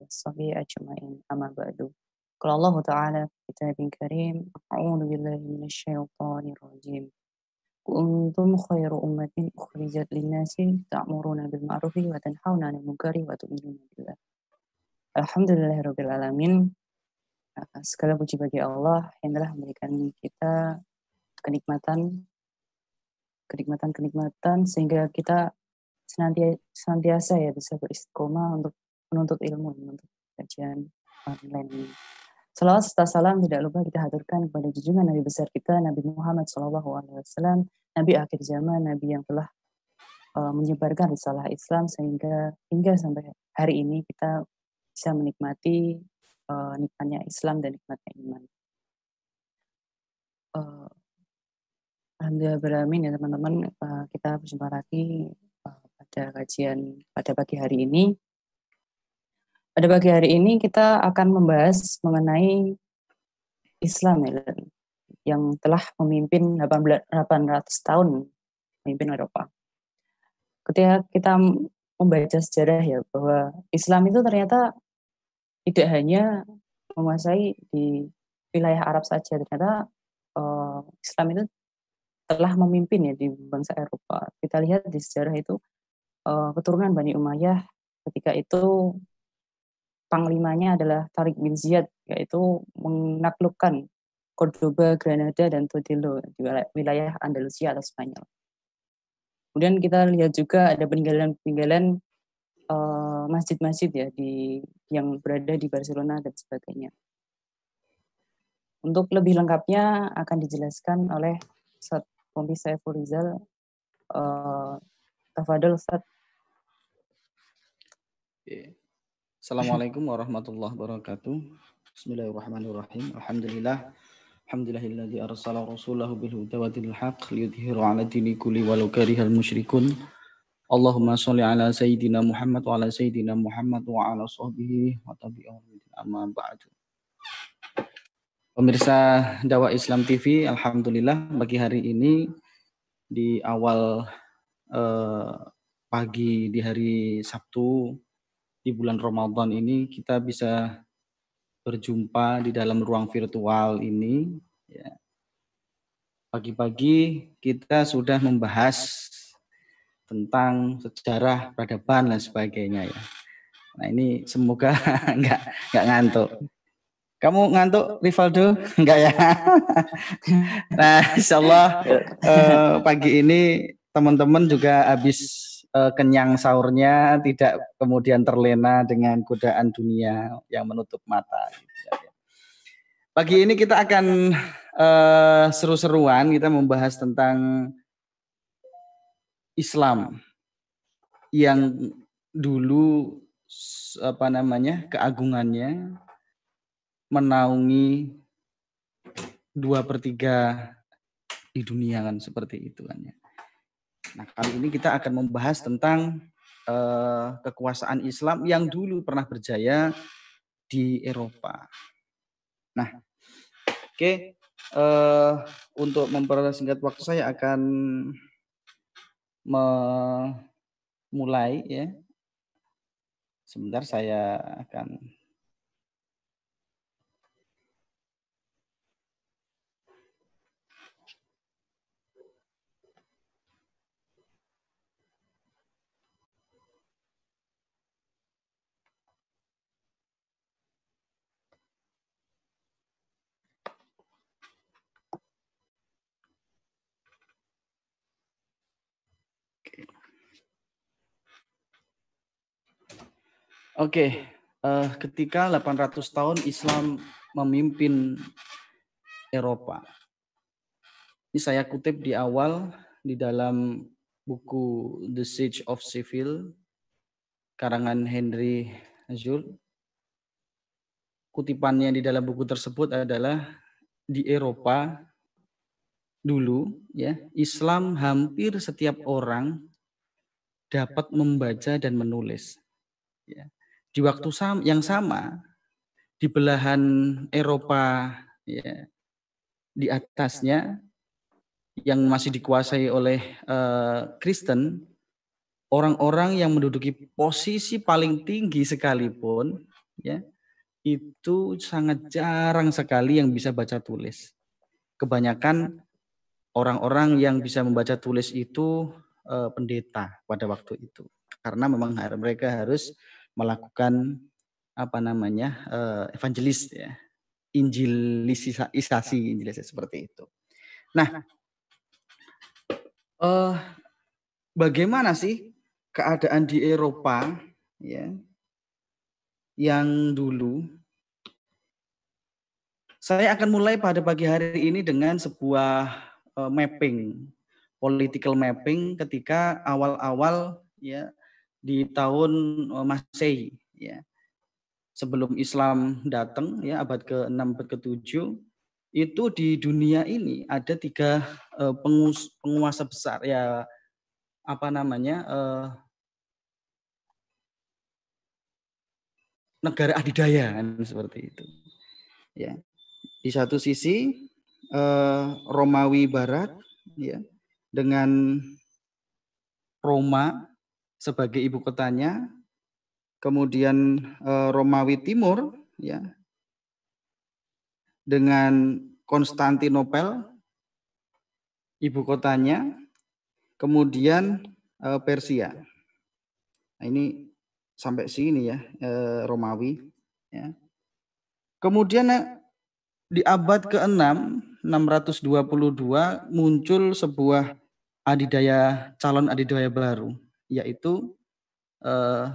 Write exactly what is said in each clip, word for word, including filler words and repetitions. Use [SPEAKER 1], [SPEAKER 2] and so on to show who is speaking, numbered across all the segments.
[SPEAKER 1] والصحبه أجمعين أما بعد قال الله تعالى في كتاب كريم أعوذ بالله من الشيطان الرجيم كنتم خير أمة أخرجت للناس تأمرون بالمعروف وتنهون عن المنكر وتؤمنون بالله. Alhamdulillahirabbil alamin. Segala puji bagi Allah yang telah memberikan kita kenikmatan kenikmatan-kenikmatan sehingga kita senantiasa, senantiasa ya bisa beristiqomah untuk menuntut ilmu, menuntut kajian online ini. Salawat serta salam tidak lupa kita haturkan kepada junjungan Nabi besar kita Nabi Muhammad shallallahu alaihi wasallam, Nabi akhir zaman, Nabi yang telah uh, menyebarkan risalah Islam sehingga hingga sampai hari ini kita bisa menikmati uh, nikmatnya Islam dan nikmatnya iman. Uh, Alhamdulillah ya teman-teman, uh, kita berjumpa lagi uh, pada kajian pada pagi hari ini. Pada pagi hari ini kita akan membahas mengenai Islam ya, yang telah memimpin delapan ratus tahun memimpin Eropa. Ketika kita membaca sejarah ya bahwa Islam itu ternyata tidak hanya menguasai di wilayah Arab saja, ternyata uh, Islam itu telah memimpin ya di bangsa Eropa. Kita lihat di sejarah itu uh, keturunan Bani Umayyah ketika itu panglimanya adalah Tariq bin Ziyad, yaitu menaklukkan Cordoba, Granada, dan Toledo di wilayah Andalusia atau Spanyol. Kemudian kita lihat juga ada peninggalan-peninggalan Uh, masjid-masjid ya di yang berada di Barcelona dan sebagainya. Untuk lebih lengkapnya akan dijelaskan oleh Ustaz Pompi Saiful Rizal. Uh, Tafadhol Ustaz.
[SPEAKER 2] Assalamualaikum warahmatullahi wabarakatuh. Bismillahirrahmanirrahim. Alhamdulillah. Alhamdulillahilladzi arsala rasulahu bil huda wa dinil haqq liyudhhirahu 'ala dini kulli walau karihal musyrikun. Allahumma sholli ala sayyidina Muhammad wa ala sayyidina Muhammad wa ala sahbihi wa tabi'ahum amma ba'du. Pemirsa Dakwah Islam T V, alhamdulillah pagi hari ini di awal eh, pagi di hari Sabtu di bulan Ramadan ini kita bisa berjumpa di dalam ruang virtual ini ya. Pagi-pagi kita sudah membahas tentang sejarah peradaban dan sebagainya ya. Nah ini semoga enggak enggak ngantuk. Kamu ngantuk, Rivaldo? Enggak ya? Nah, insyaallah eh, pagi ini teman-teman juga habis eh, kenyang sahurnya, tidak kemudian terlena dengan godaan dunia yang menutup mata. Pagi ini kita akan eh, seru-seruan, kita membahas tentang Islam yang dulu apa namanya keagungannya menaungi dua per tiga di dunia kan seperti itu kan ya. Nah kali ini kita akan membahas tentang uh, kekuasaan Islam yang dulu pernah berjaya di Eropa. Nah oke okay, uh, untuk mempersingkat waktu saya akan memulai ya. Sebentar saya akan Oke, okay. uh, ketika delapan ratus tahun Islam memimpin Eropa. Ini saya kutip di awal di dalam buku The Siege of Seville karangan Henry Azur. Kutipannya di dalam buku tersebut adalah di Eropa dulu ya, Islam hampir setiap orang dapat membaca dan menulis. Ya. Di waktu yang sama di belahan Eropa ya, di atasnya yang masih dikuasai oleh uh, Kristen, orang-orang yang menduduki posisi paling tinggi sekalipun ya, itu sangat jarang sekali yang bisa baca tulis. Kebanyakan orang-orang yang bisa membaca tulis itu eh, pendeta pada waktu itu, karena memang mereka harus melakukan apa namanya eh, evangelis, ya, injilisasi, injilisasi seperti itu. Nah, eh, bagaimana sih keadaan di Eropa, ya, yang dulu? Saya akan mulai pada pagi hari ini dengan sebuah uh, mapping, political mapping ketika awal-awal, ya, di tahun uh, Masehi, ya. Sebelum Islam datang, ya, abad ke enam, abad ke tujuh, itu di dunia ini ada tiga uh, pengus, penguasa besar, ya, apa namanya, uh, negara adidaya, kan, seperti itu, ya. Di satu sisi eh, Romawi Barat, ya, dengan Roma sebagai ibu kotanya, kemudian eh, Romawi Timur, ya, dengan Konstantinopel ibu kotanya, kemudian eh, Persia. Nah, ini sampai sini, ya, eh, Romawi, ya. Kemudian di abad keenam, enam ratus dua puluh dua, muncul sebuah adidaya, calon adidaya baru, yaitu eh,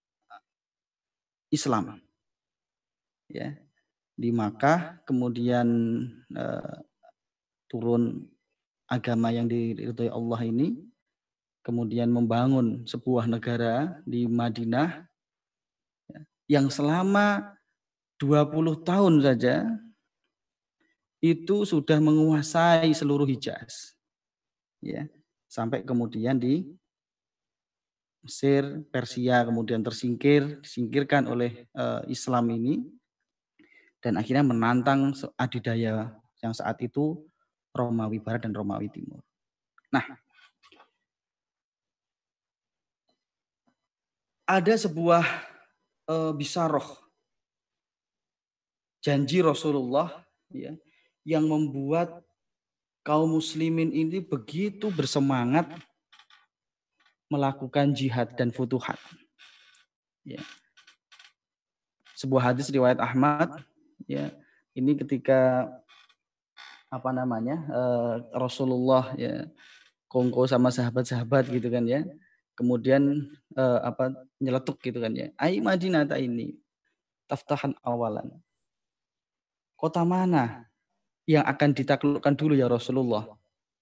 [SPEAKER 2] Islam, ya. Di Makkah kemudian eh, turun agama yang diridhoi Allah ini, kemudian membangun sebuah negara di Madinah, ya, yang selama dua puluh tahun saja itu sudah menguasai seluruh Hijaz, ya, sampai kemudian di Mesir, Persia kemudian tersingkir, disingkirkan oleh uh, Islam ini, dan akhirnya menantang adidaya yang saat itu Romawi Barat dan Romawi Timur. Nah, ada sebuah uh, bisaroh, janji Rasulullah, ya, yang membuat kaum muslimin ini begitu bersemangat melakukan jihad dan futuhat. Ya. Sebuah hadis riwayat Ahmad, ya, ini ketika apa namanya uh, Rasulullah, ya, kongko sama sahabat-sahabat gitu kan, ya, kemudian uh, apa nyeletuk gitu kan, ya, ai Madinah ta ini taftahan awalan, kota mana yang akan ditaklukkan dulu ya Rasulullah?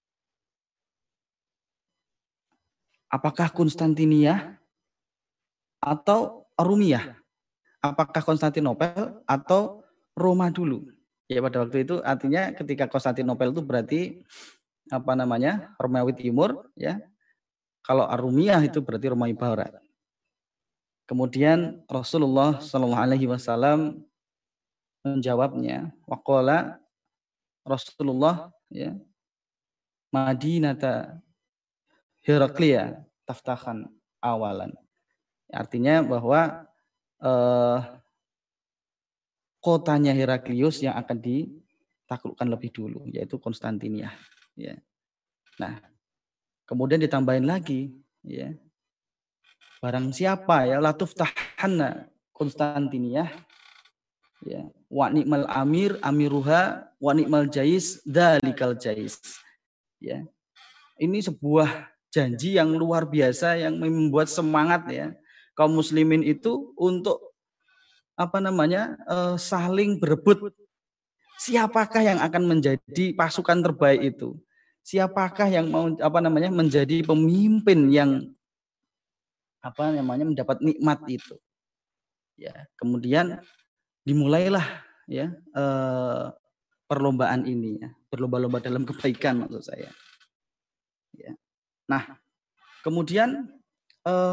[SPEAKER 2] Apakah Konstantinia atau Rumiyah? Apakah Konstantinopel atau Roma dulu? Ya, pada waktu itu artinya ketika Konstantinopel itu berarti apa namanya Romawi Timur, ya. Kalau Arumiyah itu berarti Romawi Barat. Kemudian Rasulullah Shallallahu Alaihi Wasallam menjawabnya, waqala Rasulullah, ya, Madinata Heraklia taftahan awalan. Artinya bahwa eh, kotanya Heraklius yang akan ditaklukkan lebih dulu, yaitu Konstantinia, ya. Nah, kemudian ditambahin lagi, ya, barang siapa, ya, latuf tahanna Konstantinia, ya, wa ni'mal amir amiruha wa ni'mal jais dalikal jais, ya. Ini sebuah janji yang luar biasa yang membuat semangat, ya, kaum muslimin itu untuk apa namanya uh, saling berebut. Siapakah yang akan menjadi pasukan terbaik itu? Siapakah yang mau apa namanya menjadi pemimpin yang apa namanya mendapat nikmat itu? Ya, kemudian dimulailah, ya, eh, perlombaan ini, ya, berlomba-lomba dalam kebaikan maksud saya. Ya. Nah, kemudian eh,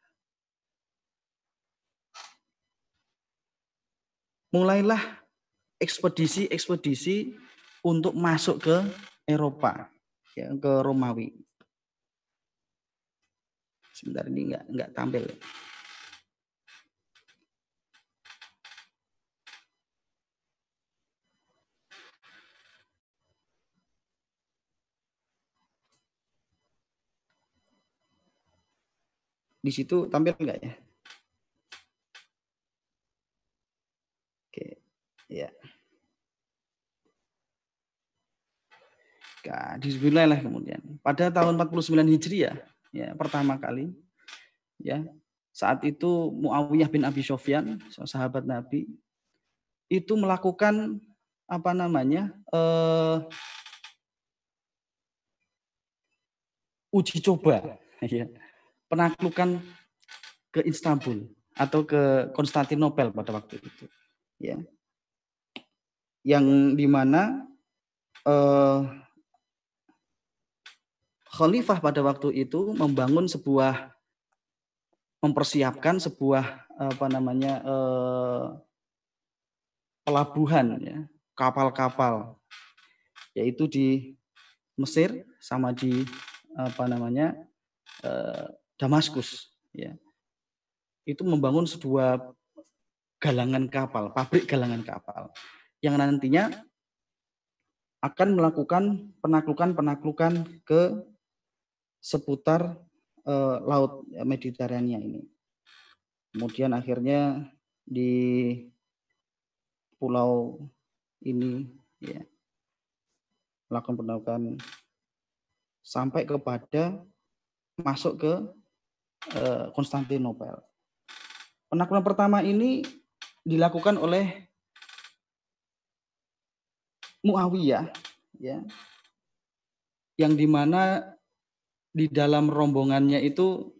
[SPEAKER 2] mulailah ekspedisi-ekspedisi untuk masuk ke Eropa, ya, ke Romawi. Sebentar, ini nggak nggak tampil. di situ tampil enggak ya? Oke, ya. Disebutlah kemudian pada tahun empat puluh sembilan Hijriah ya pertama kali ya saat itu Muawiyah bin Abi Sufyan sahabat Nabi itu melakukan apa namanya eh, uji coba ya penaklukan ke Istanbul atau ke Konstantinopel pada waktu itu ya yang dimana eh, Khalifah pada waktu itu membangun sebuah mempersiapkan sebuah apa namanya eh, pelabuhan ya kapal-kapal yaitu di Mesir sama di apa namanya eh, Damaskus ya itu membangun sebuah galangan kapal pabrik galangan kapal yang nantinya akan melakukan penaklukan-penaklukan ke seputar eh, laut Mediterania ini. Kemudian akhirnya di pulau ini ya melakukan penaklukan sampai kepada masuk ke eh, Konstantinopel. Penaklukan pertama ini dilakukan oleh Muawiyah ya yang dimana di dalam rombongannya itu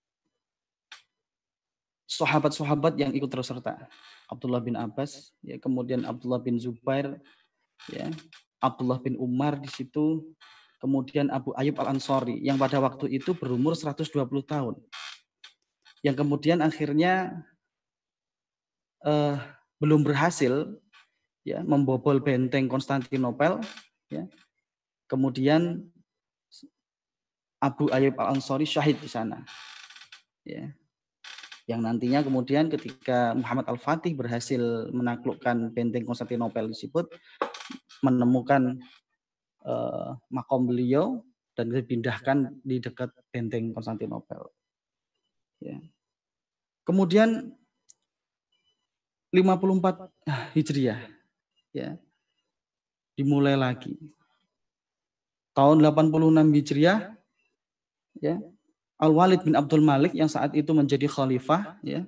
[SPEAKER 2] sahabat-sahabat yang ikut terus serta Abdullah bin Abbas ya kemudian Abdullah bin Zubair ya Abdullah bin Umar di situ kemudian Abu Ayyub Al-Ansari yang pada waktu itu berumur seratus dua puluh tahun yang kemudian akhirnya eh, belum berhasil ya membobol benteng Konstantinopel ya kemudian Abu Ayyub Al-Ansari syahid di sana ya yang nantinya kemudian ketika Muhammad Al-Fatih berhasil menaklukkan benteng Konstantinopel tersebut menemukan eh, makom beliau dan dipindahkan di dekat benteng Konstantinopel ya kemudian lima puluh empat Hijriah ya dimulai lagi tahun delapan puluh enam Hijriah ya Al-Walid bin Abdul Malik yang saat itu menjadi khalifah ya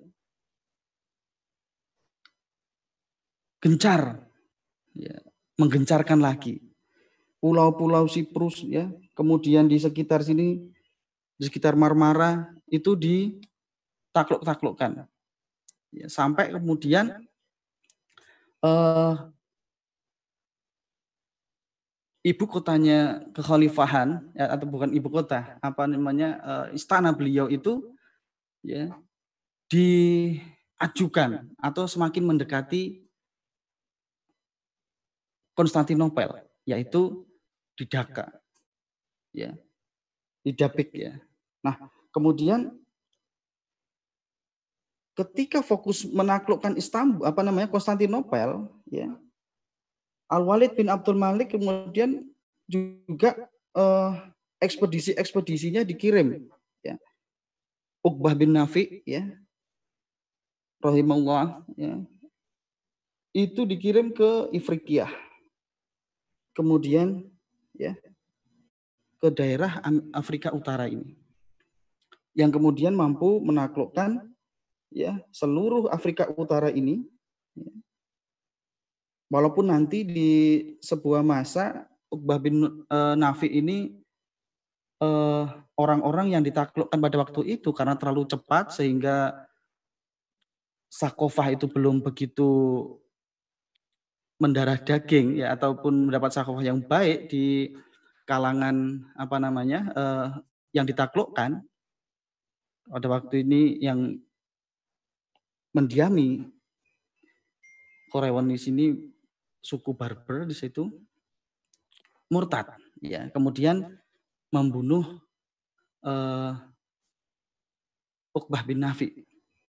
[SPEAKER 2] gencar ya menggencarkan lagi pulau-pulau Siprus ya kemudian di sekitar sini di sekitar Marmara itu ditakluk-taklukkan ya, sampai kemudian eh, ibu kotanya kekhalifahan ya, atau bukan ibu kota apa namanya uh, istana beliau itu ya diajukan atau semakin mendekati Konstantinopel yaitu di Dhaka ya di Dapik ya nah kemudian ketika fokus menaklukkan Istanbul apa namanya Konstantinopel ya Al-Walid bin Abdul Malik kemudian juga eh, ekspedisi-ekspedisinya dikirim ya. Uqbah bin Nafi ya. Rahimahullah ya. Itu dikirim ke Ifriqiyah. Kemudian ya ke daerah Afrika Utara ini. Yang kemudian mampu menaklukkan ya seluruh Afrika Utara ini ya. Walaupun nanti di sebuah masa Uqbah bin uh, Nafi ini uh, orang-orang yang ditaklukkan pada waktu itu karena terlalu cepat sehingga sakofah itu belum begitu mendarah daging ya ataupun mendapat sakofah yang baik di kalangan apa namanya uh, yang ditaklukkan pada waktu ini yang mendiami Korewan di sini suku Barber di situ murtad ya kemudian membunuh uh, Uqbah bin Nafi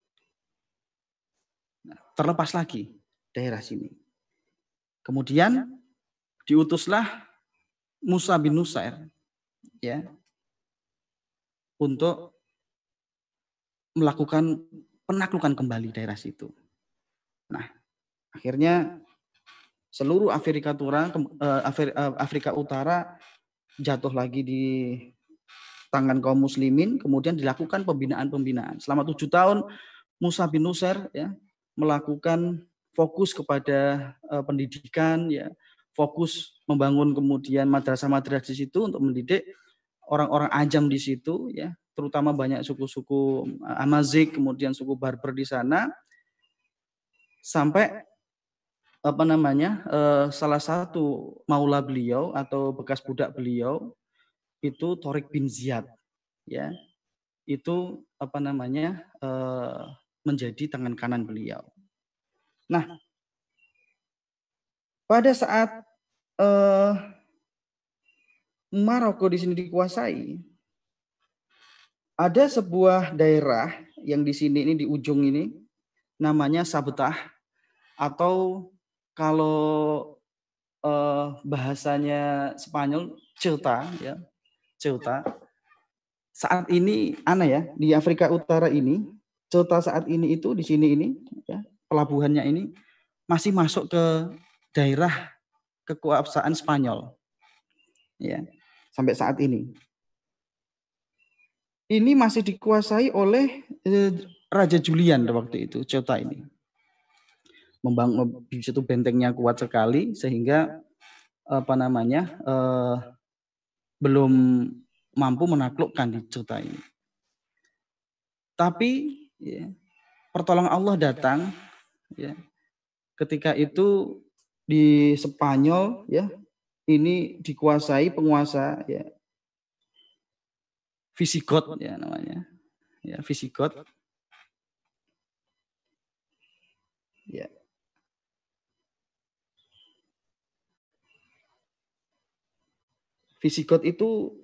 [SPEAKER 2] nah, terlepas lagi daerah sini kemudian diutuslah Musa bin Nusair ya untuk melakukan penaklukan kembali daerah situ. Nah, akhirnya seluruh Afrika Utara, Afrika Utara jatuh lagi di tangan kaum muslimin, kemudian dilakukan pembinaan-pembinaan. Selama tujuh tahun Musa bin Nusair ya melakukan fokus kepada uh, pendidikan, ya fokus membangun kemudian madrasah-madrasah di situ untuk mendidik orang-orang Ajam di situ, ya terutama banyak suku-suku Amazigh, kemudian suku Barbar di sana, sampai apa namanya uh, salah satu maula beliau atau bekas budak beliau itu Tariq bin Ziyad, ya itu apa namanya uh, menjadi tangan kanan beliau. Nah, pada saat uh, Maroko di sini dikuasai, ada sebuah daerah yang di sini ini di ujung ini namanya Sabtah, atau kalau uh, bahasanya Spanyol Ceuta, ya Ceuta. Saat ini aneh ya, di Afrika Utara ini Ceuta saat ini itu di sini ini ya, pelabuhannya ini masih masuk ke daerah kekuasaan Spanyol, ya sampai saat ini. Ini masih dikuasai oleh eh, Raja Julian waktu itu, Ceuta ini. Membangun di situ bentengnya kuat sekali sehingga apa namanya eh, belum mampu menaklukkan di Ceuta ini. Tapi ya, pertolongan Allah datang, ya. Ketika itu di Spanyol, ya, ini dikuasai penguasa, ya, Visigot, ya namanya, ya Visigot, ya. Visigot itu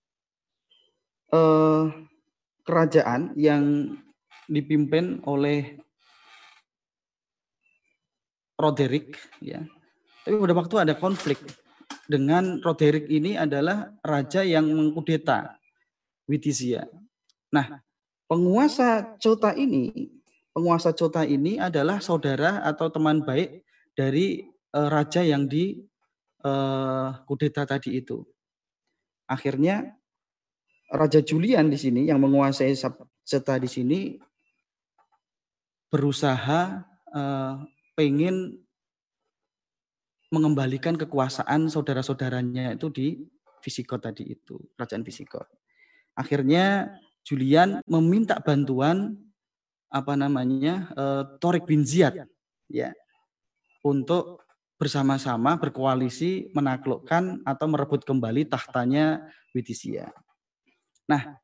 [SPEAKER 2] eh, kerajaan yang dipimpin oleh Roderick, ya. Tapi pada waktu ada konflik dengan Roderick ini adalah raja yang mengkudeta Witisia. Nah, penguasa Ceuta ini, penguasa Ceuta ini adalah saudara atau teman baik dari uh, raja yang di uh, kudeta tadi itu. Akhirnya Raja Julian di sini yang menguasai Ceuta di sini berusaha uh, pengen mengembalikan kekuasaan saudara-saudaranya itu di Visigot tadi itu, kerajaan Visigot. Akhirnya Julian meminta bantuan apa namanya uh, Tariq bin Ziyad, ya, untuk bersama-sama berkoalisi menaklukkan atau merebut kembali tahtanya Witisia. Nah,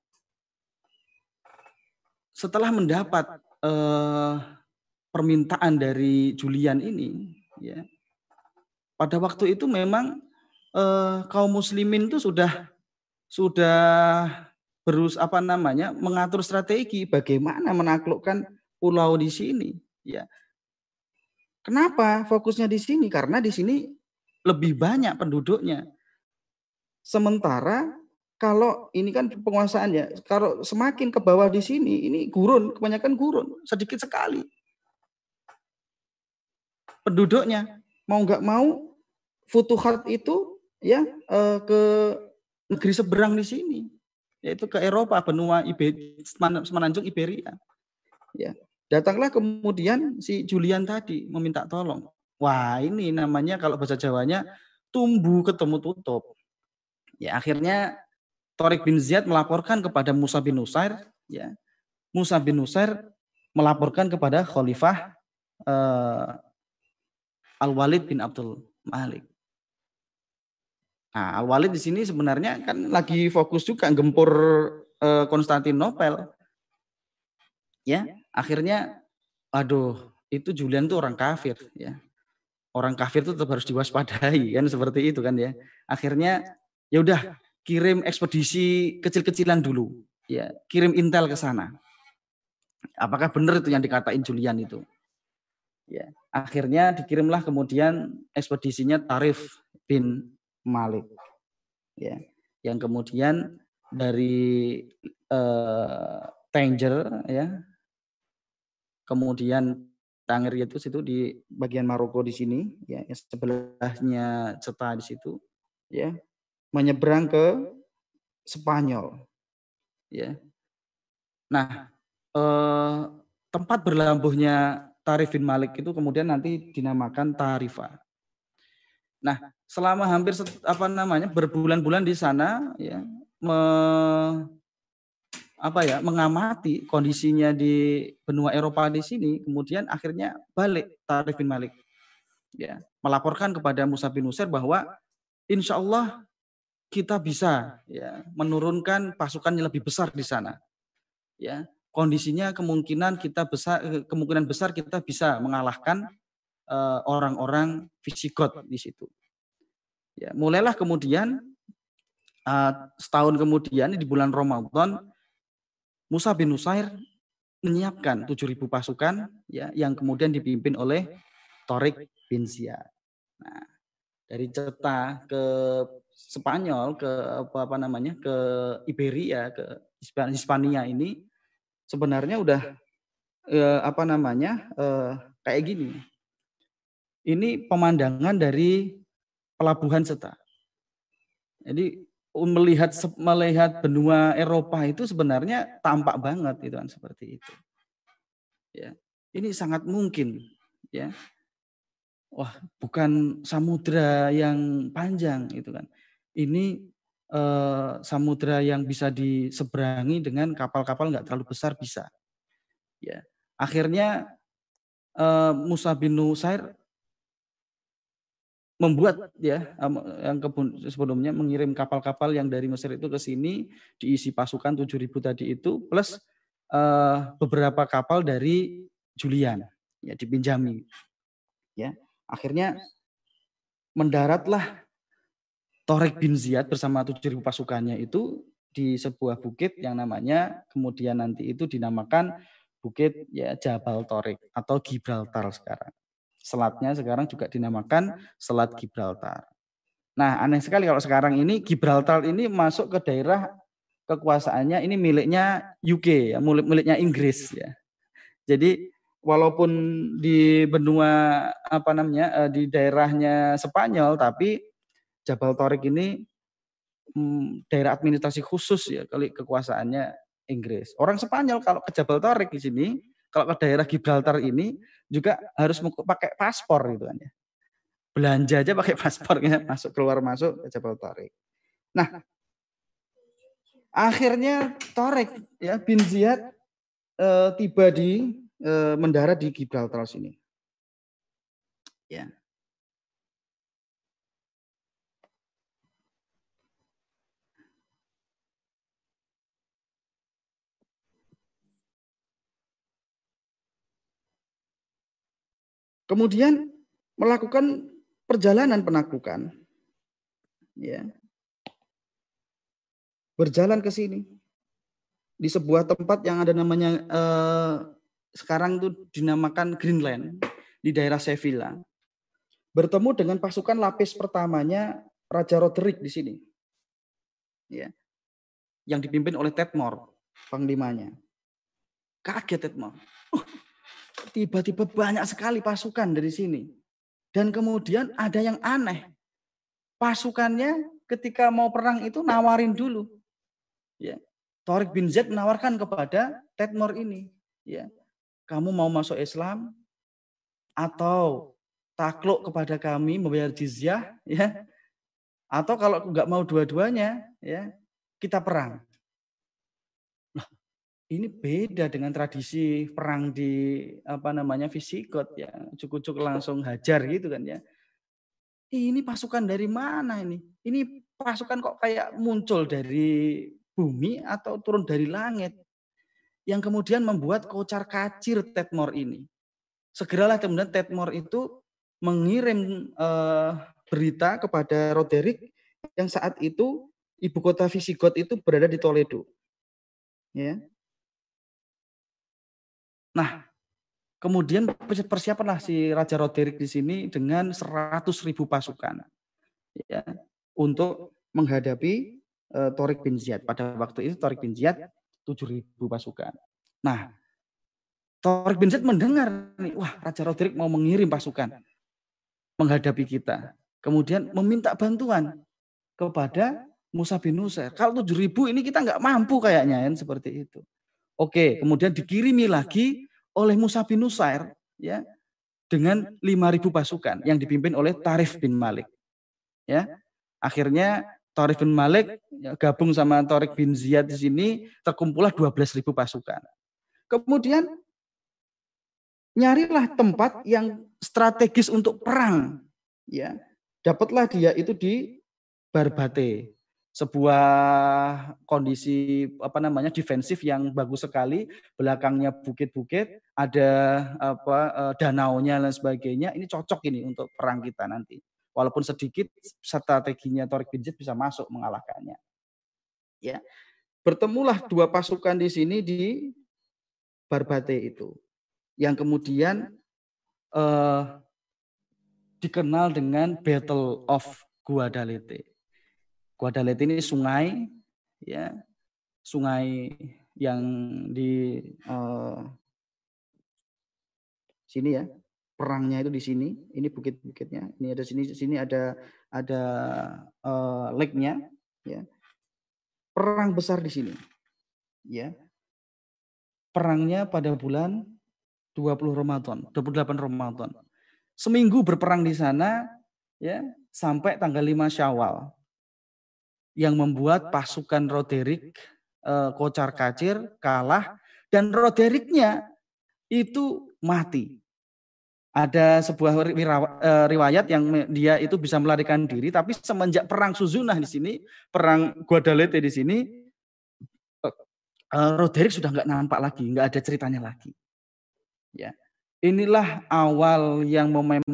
[SPEAKER 2] setelah mendapat uh, permintaan dari Julian ini, ya, pada waktu itu memang uh, kaum muslimin itu sudah sudah berus apa namanya mengatur strategi bagaimana menaklukkan pulau di sini, ya. Kenapa fokusnya di sini? Karena di sini lebih banyak penduduknya. Sementara kalau ini kan penguasaannya, kalau semakin ke bawah di sini, ini gurun, kebanyakan gurun, sedikit sekali penduduknya. Mau nggak mau, Futuhat itu ya eh, ke negeri seberang di sini, yaitu ke Eropa, benua Ibe, semenanjung Iberia. Ya, datanglah kemudian si Julian tadi meminta tolong. Wah, ini namanya kalau bahasa Jawanya tumbuh ketemu tutup. Ya, akhirnya Tariq bin Ziyad melaporkan kepada Musa bin Nusair, ya. Musa bin Nusair melaporkan kepada Khalifah uh, Al-Walid bin Abdul Malik. Nah, Al-Walid di sini sebenarnya kan lagi fokus juga gempur uh, Konstantinopel. Ya, akhirnya aduh, itu Julian tuh orang kafir, ya. Orang kafir itu tetap harus diwaspadai kan, seperti itu kan, ya. Akhirnya ya udah kirim ekspedisi kecil-kecilan dulu, ya, kirim intel ke sana. Apakah benar itu yang dikatain Julian itu? Ya, akhirnya dikirimlah kemudian ekspedisinya Tarif bin Malik, ya, yang kemudian dari eh, Tanger ya. Kemudian Tanger itu situ di bagian Maroko di sini ya, sebelahnya Ceuta di situ ya. Menyeberang ke Spanyol ya. Nah, eh, tempat berlabuhnya Tariq bin Malik itu kemudian nanti dinamakan Tarifa. Nah, selama hampir apa namanya berbulan-bulan di sana ya, me, apa ya mengamati kondisinya di benua Eropa di sini, kemudian akhirnya balik Tariq bin Malik ya, melaporkan kepada Musa bin Nusair bahwa insya Allah kita bisa ya menurunkan pasukan yang lebih besar di sana ya, kondisinya kemungkinan kita besar kemungkinan besar kita bisa mengalahkan uh, orang-orang Visigot di situ ya. Mulailah kemudian uh, setahun kemudian di bulan Ramadan Musa bin Nusair menyiapkan tujuh ribu pasukan ya, yang kemudian dipimpin oleh Tariq bin Ziyad. Nah, dari Ceuta ke Spanyol ke apa, apa namanya ke Iberia ke Hispania ini sebenarnya udah eh, apa namanya eh, kayak gini. Ini pemandangan dari pelabuhan Ceuta. Jadi melihat melihat benua Eropa itu sebenarnya tampak banget itu kan seperti itu. Ya, ini sangat mungkin ya. Wah, bukan samudra yang panjang itu kan. Ini eh, samudra yang bisa diseberangi dengan kapal-kapal nggak terlalu besar bisa. Ya, akhirnya eh, Musa bin Nusair membuat ya yang sebelumnya mengirim kapal-kapal yang dari Mesir itu ke sini diisi pasukan tujuh ribu tadi itu plus uh, beberapa kapal dari Julian ya dipinjami ya. Akhirnya mendaratlah Tariq bin Ziyad bersama tujuh ribu pasukannya itu di sebuah bukit yang namanya kemudian nanti itu dinamakan bukit ya Jabal Tariq atau Gibraltar sekarang. Selatnya sekarang juga dinamakan Selat Gibraltar. Nah, aneh sekali kalau sekarang ini Gibraltar ini masuk ke daerah kekuasaannya ini miliknya U K ya, miliknya Inggris ya. Jadi walaupun di benua apa namanya di daerahnya Spanyol, tapi Jabal Tariq ini hmm, daerah administrasi khusus ya kali kekuasaannya Inggris. Orang Spanyol kalau ke Jabal Tariq di sini, kalau ke daerah Gibraltar ini juga harus pakai paspor gitu kan ya. Belanja aja pakai paspornya, masuk keluar masuk ke Jabal Tariq. Nah, akhirnya Tariq ya bin Ziyad e, tiba di e, mendarat di Gibraltar sini. Ya. Kemudian melakukan perjalanan penaklukan. Ya. Berjalan ke sini. Di sebuah tempat yang ada namanya eh, sekarang itu dinamakan Greenland di daerah Sevilla. Bertemu dengan pasukan lapis pertamanya Raja Roderick di sini. Ya. Yang dipimpin oleh Tedmore, panglimanya. Kaget Tedmore. Uh, tiba-tiba banyak sekali pasukan dari sini. Dan kemudian ada yang aneh. Pasukannya ketika mau perang itu nawarin dulu. Ya. Tariq bin Ziyad menawarkan kepada Tedmore ini, ya, kamu mau masuk Islam atau takluk kepada kami membayar jizyah, ya, atau kalau nggak mau dua-duanya, ya, kita perang. Nah, ini beda dengan tradisi perang di apa namanya Visigot ya, cukup-cukup langsung hajar gitu kan ya. Ini pasukan dari mana ini? Ini pasukan kok kayak muncul dari bumi atau turun dari langit, yang kemudian membuat kocar kacir Tedmore ini. Segeralah kemudian Tedmore itu mengirim eh, berita kepada Roderick yang saat itu ibu kota Visigot itu berada di Toledo. Ya. Nah, kemudian persiapanlah si Raja Roderick di sini dengan seratus ribu pasukan, ya, untuk menghadapi uh, Tariq bin Ziyad. Pada waktu itu Tariq bin Ziyad tujuh ribu pasukan. Nah, Tariq bin Ziyad mendengar nih, wah Raja Roderick mau mengirim pasukan menghadapi kita. Kemudian meminta bantuan kepada Musa bin Nusair. Kalau tujuh ribu ini kita nggak mampu kayaknya kan seperti itu. Oke, kemudian dikirimi lagi oleh Musa bin Nusair ya dengan lima ribu pasukan yang dipimpin oleh Tarif bin Malik. Ya. Akhirnya Tariq bin Malik ya, gabung sama Tariq bin Ziyad di sini, terkumpullah dua belas ribu pasukan. Kemudian nyarilah tempat yang strategis untuk perang. Ya, dapatlah dia itu di Barbate, sebuah kondisi apa namanya defensif yang bagus sekali, belakangnya bukit-bukit, ada apa danaunya dan sebagainya. Ini cocok ini untuk perang kita nanti. Walaupun sedikit strateginya Tariq bin Ziyad bisa masuk mengalahkannya. Ya. Bertemulah dua pasukan di sini di Barbate itu. Yang kemudian eh, dikenal dengan Battle of Guadalete. Guadalete ini sungai, ya, sungai yang di eh, sini ya, perangnya itu di sini. Ini bukit-bukitnya. Ini ada sini, sini ada ada uh, lake-nya, ya. Perang besar di sini, ya. Perangnya pada bulan dua puluh Ramadan, dua puluh delapan Ramadan. Seminggu berperang di sana, ya, sampai tanggal lima Syawal. Yang membuat pasukan Roderick uh, kocar kacir, kalah, dan Rodericknya itu mati. Ada sebuah riwayat yang dia itu bisa melarikan diri, tapi semenjak perang Suzunah di sini, perang Guadalete di sini, Roderick sudah nggak nampak lagi, nggak ada ceritanya lagi. Ya, inilah awal yang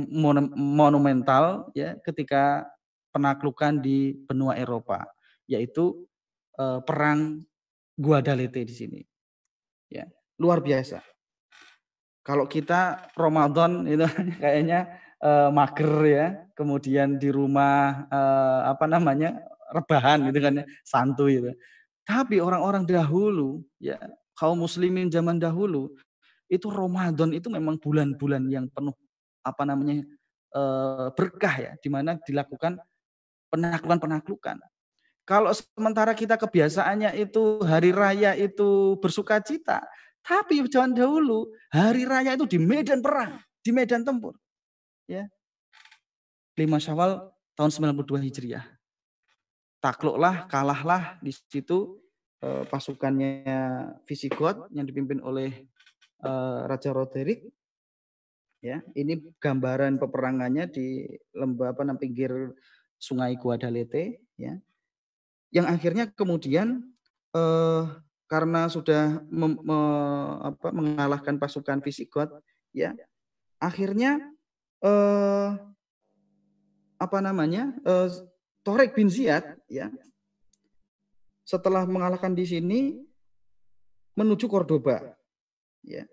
[SPEAKER 2] monumental ya ketika penaklukan di benua Eropa, yaitu eh, perang Guadalete di sini. Ya, luar biasa. Kalau kita Ramadan itu kayaknya eh, mager ya, kemudian di rumah eh, apa namanya rebahan gitu kan ya, santuy gitu. Tapi orang-orang dahulu ya, kaum muslimin zaman dahulu itu Ramadan itu memang bulan-bulan yang penuh apa namanya eh, berkah ya, di mana dilakukan penaklukan-penaklukan. Kalau sementara kita kebiasaannya itu hari raya itu bersuka cita, tapi zaman dahulu hari raya itu di medan perang, di medan tempur. Ya. lima Syawal tahun sembilan puluh dua Hijriah. Takluklah, kalahlah di situ eh, pasukannya Visigoth yang dipimpin oleh eh, Raja Roderick. Ya, ini gambaran peperangannya di lembah apa namanya pinggir Sungai Guadalete, ya. Yang akhirnya kemudian eh, karena sudah mem, me, apa, mengalahkan pasukan Visigoth, ya, akhirnya eh, apa namanya eh, Tariq bin Ziyad, ya, setelah mengalahkan di sini menuju Cordoba, ya,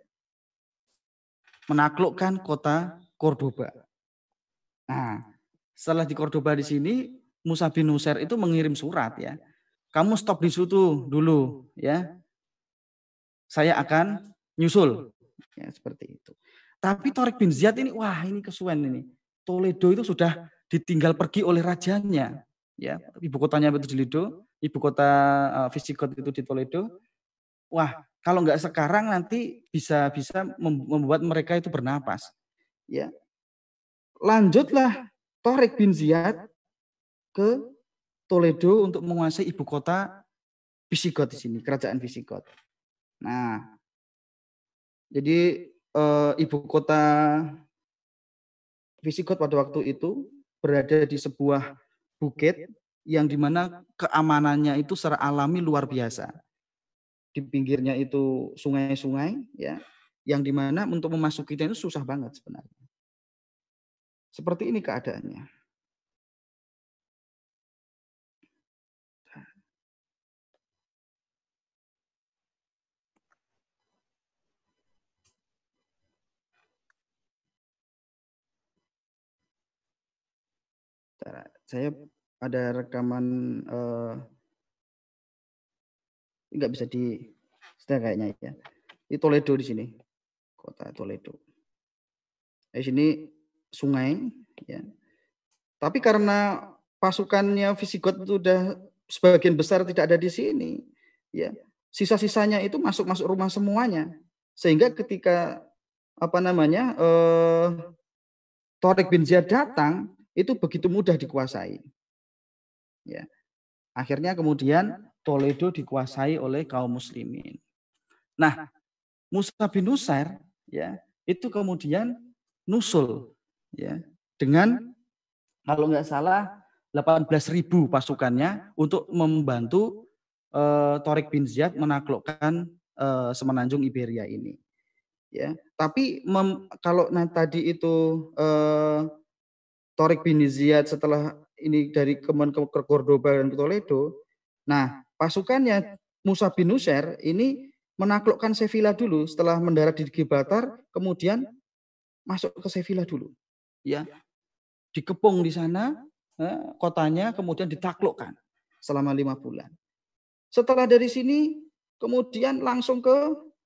[SPEAKER 2] menaklukkan kota Cordoba. Nah, setelah di Cordoba di sini Musa bin Nusair itu mengirim surat ya. Kamu stop di situ dulu ya. Saya akan nyusul. Ya, seperti itu. Tapi Tariq bin Ziyad ini wah ini kesuwen ini. Toledo itu sudah ditinggal pergi oleh rajanya. Ya, ibu kotanya itu di Toledo, ibu kota uh, Visigoth itu di Toledo. Wah, kalau nggak sekarang nanti bisa bisa membuat mereka itu bernapas. Ya. Lanjutlah Tariq bin Ziyad ke Toledo untuk menguasai ibu kota Visigoth di sini, kerajaan Visigoth. Nah, jadi eh, ibu kota Visigoth pada waktu itu berada di sebuah bukit yang dimana keamanannya itu secara alami luar biasa. Di pinggirnya itu sungai-sungai, ya, yang dimana untuk memasukinya itu susah banget sebenarnya. Seperti ini keadaannya. Saya ada rekaman eh, nggak bisa di Sudah kayaknya ya. Di Toledo di sini. Kota Toledo. Di sini sungai ya. Tapi karena pasukannya Visigot itu sudah sebagian besar tidak ada di sini, ya. Sisa-sisanya itu masuk-masuk rumah semuanya. Sehingga ketika apa namanya? Eh, Tariq bin Ziyad datang, itu begitu mudah dikuasai. Ya. Akhirnya kemudian Toledo dikuasai oleh kaum muslimin. Nah, Musa bin Nusair ya, itu kemudian nusul ya dengan kalau nggak salah delapan belas ribu pasukannya untuk membantu uh, Tariq bin Ziyad menaklukkan uh, semenanjung Iberia ini. Ya, tapi mem, kalau nah, tadi itu uh, Tariq bin Ziyad setelah ini dari Kemen ke, ke Cordoba dan ke Toledo, nah pasukannya Musa bin Nusair ini menaklukkan Sevilla dulu setelah mendarat di Gibraltar, kemudian masuk ke Sevilla dulu, ya. Dikepung di sana eh, kotanya, kemudian ditaklukkan selama lima bulan. Setelah dari sini kemudian langsung ke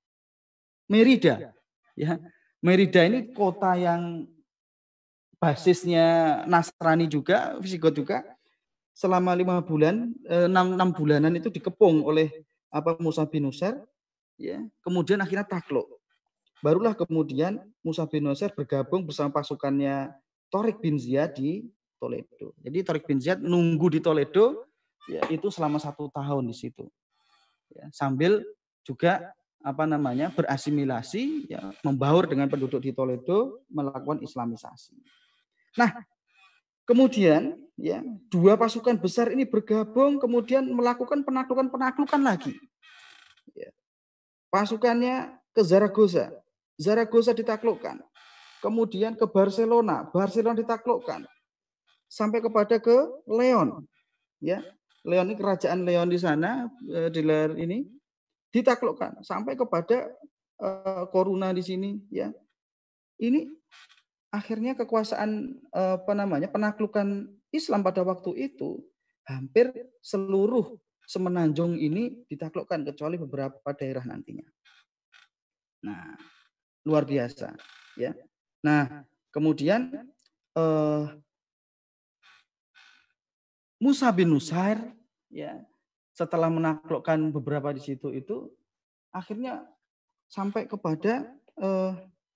[SPEAKER 2] Merida. Ya, Merida ini kota yang basisnya Nasrani juga, Visigot juga. Selama lima bulan, enam, enam bulanan itu dikepung oleh apa Musa bin Nusair. Ya, kemudian akhirnya takluk. Barulah kemudian Musa bin Nusair bergabung bersama pasukannya Tariq bin Ziyad di Toledo. Jadi Tariq bin Ziyad nunggu di Toledo ya, itu selama satu tahun di situ. Ya, sambil juga apa namanya berasimilasi, ya, membaur dengan penduduk di Toledo, melakukan Islamisasi. Nah, kemudian ya dua pasukan besar ini bergabung, kemudian melakukan penaklukan-penaklukan lagi. Ya. Pasukannya ke Zaragoza, Zaragoza ditaklukkan. Kemudian ke Barcelona, Barcelona ditaklukkan. Sampai kepada ke Leon, ya. Leon ini kerajaan Leon di sana di layar ini ditaklukkan sampai kepada uh, Coruna di sini, ya. Ini akhirnya kekuasaan uh, apa namanya penaklukan Islam pada waktu itu hampir seluruh semenanjung ini ditaklukkan kecuali beberapa daerah nantinya. Nah, luar biasa, ya. Nah, kemudian uh, Musa bin Nusair ya setelah menaklukkan beberapa di situ itu akhirnya sampai kepada eh,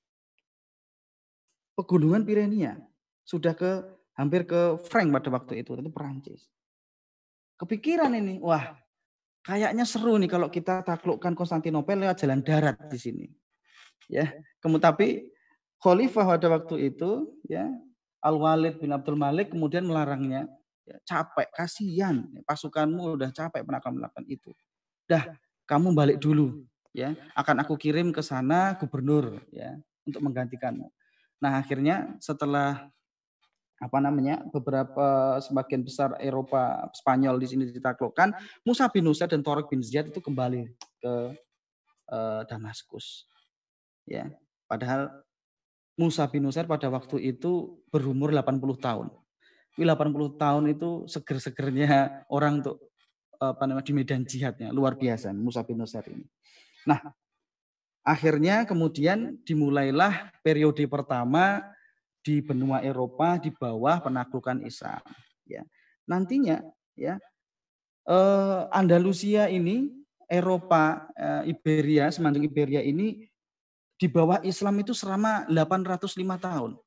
[SPEAKER 2] pegunungan Pirenia, sudah ke hampir ke Frank pada waktu itu, itu Perancis. Kepikiran ini, wah kayaknya seru nih kalau kita taklukkan Konstantinopel lewat jalan darat di sini. Ya, kemudian tapi Khalifah pada waktu itu ya Al-Walid bin Abdul Malik kemudian melarangnya. Ya, capek, kasihan, pasukanmu udah capek melakukan itu. Dah, kamu balik dulu, ya. Akan aku kirim ke sana gubernur, ya, untuk menggantikanmu. Nah, akhirnya setelah apa namanya beberapa sebagian besar Eropa Spanyol di sini ditaklukkan, Musa bin Nusair dan Tariq bin Ziyad itu kembali ke eh, Damaskus, ya. Padahal Musa bin Nusair pada waktu itu berumur delapan puluh tahun. delapan puluh tahun itu seger-segernya orang untuk apa namanya di medan jihadnya, luar biasa Musa bin Nusair ini. Nah, akhirnya kemudian dimulailah periode pertama di benua Eropa di bawah penaklukan Islam. Ya, nantinya ya eh, Andalusia ini, Eropa, eh, Iberia, semenanjung Iberia ini di bawah Islam itu selama delapan ratus lima tahun.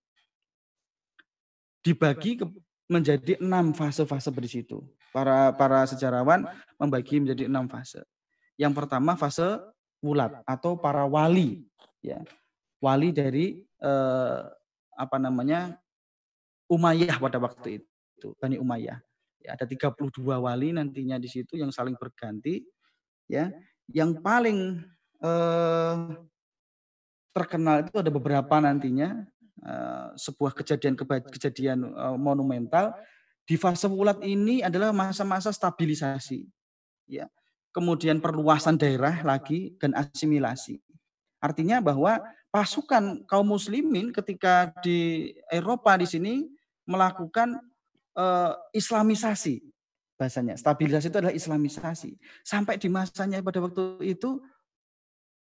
[SPEAKER 2] Dibagi ke menjadi enam fase-fase di situ. Para para sejarawan membagi menjadi enam fase. Yang pertama fase wulat atau para wali, ya, wali dari eh, apa namanya Umayyah pada waktu itu, Bani Umayyah. Ya, ada tiga puluh dua wali nantinya di situ yang saling berganti, ya. Yang paling eh, terkenal itu ada beberapa nantinya. Uh, sebuah kejadian kejadian uh, monumental di fase wulat ini adalah masa-masa stabilisasi, ya, kemudian perluasan daerah lagi dan asimilasi. Artinya bahwa pasukan kaum muslimin ketika di Eropa di sini melakukan uh, islamisasi, bahasanya stabilisasi itu adalah islamisasi sampai di masanya pada waktu itu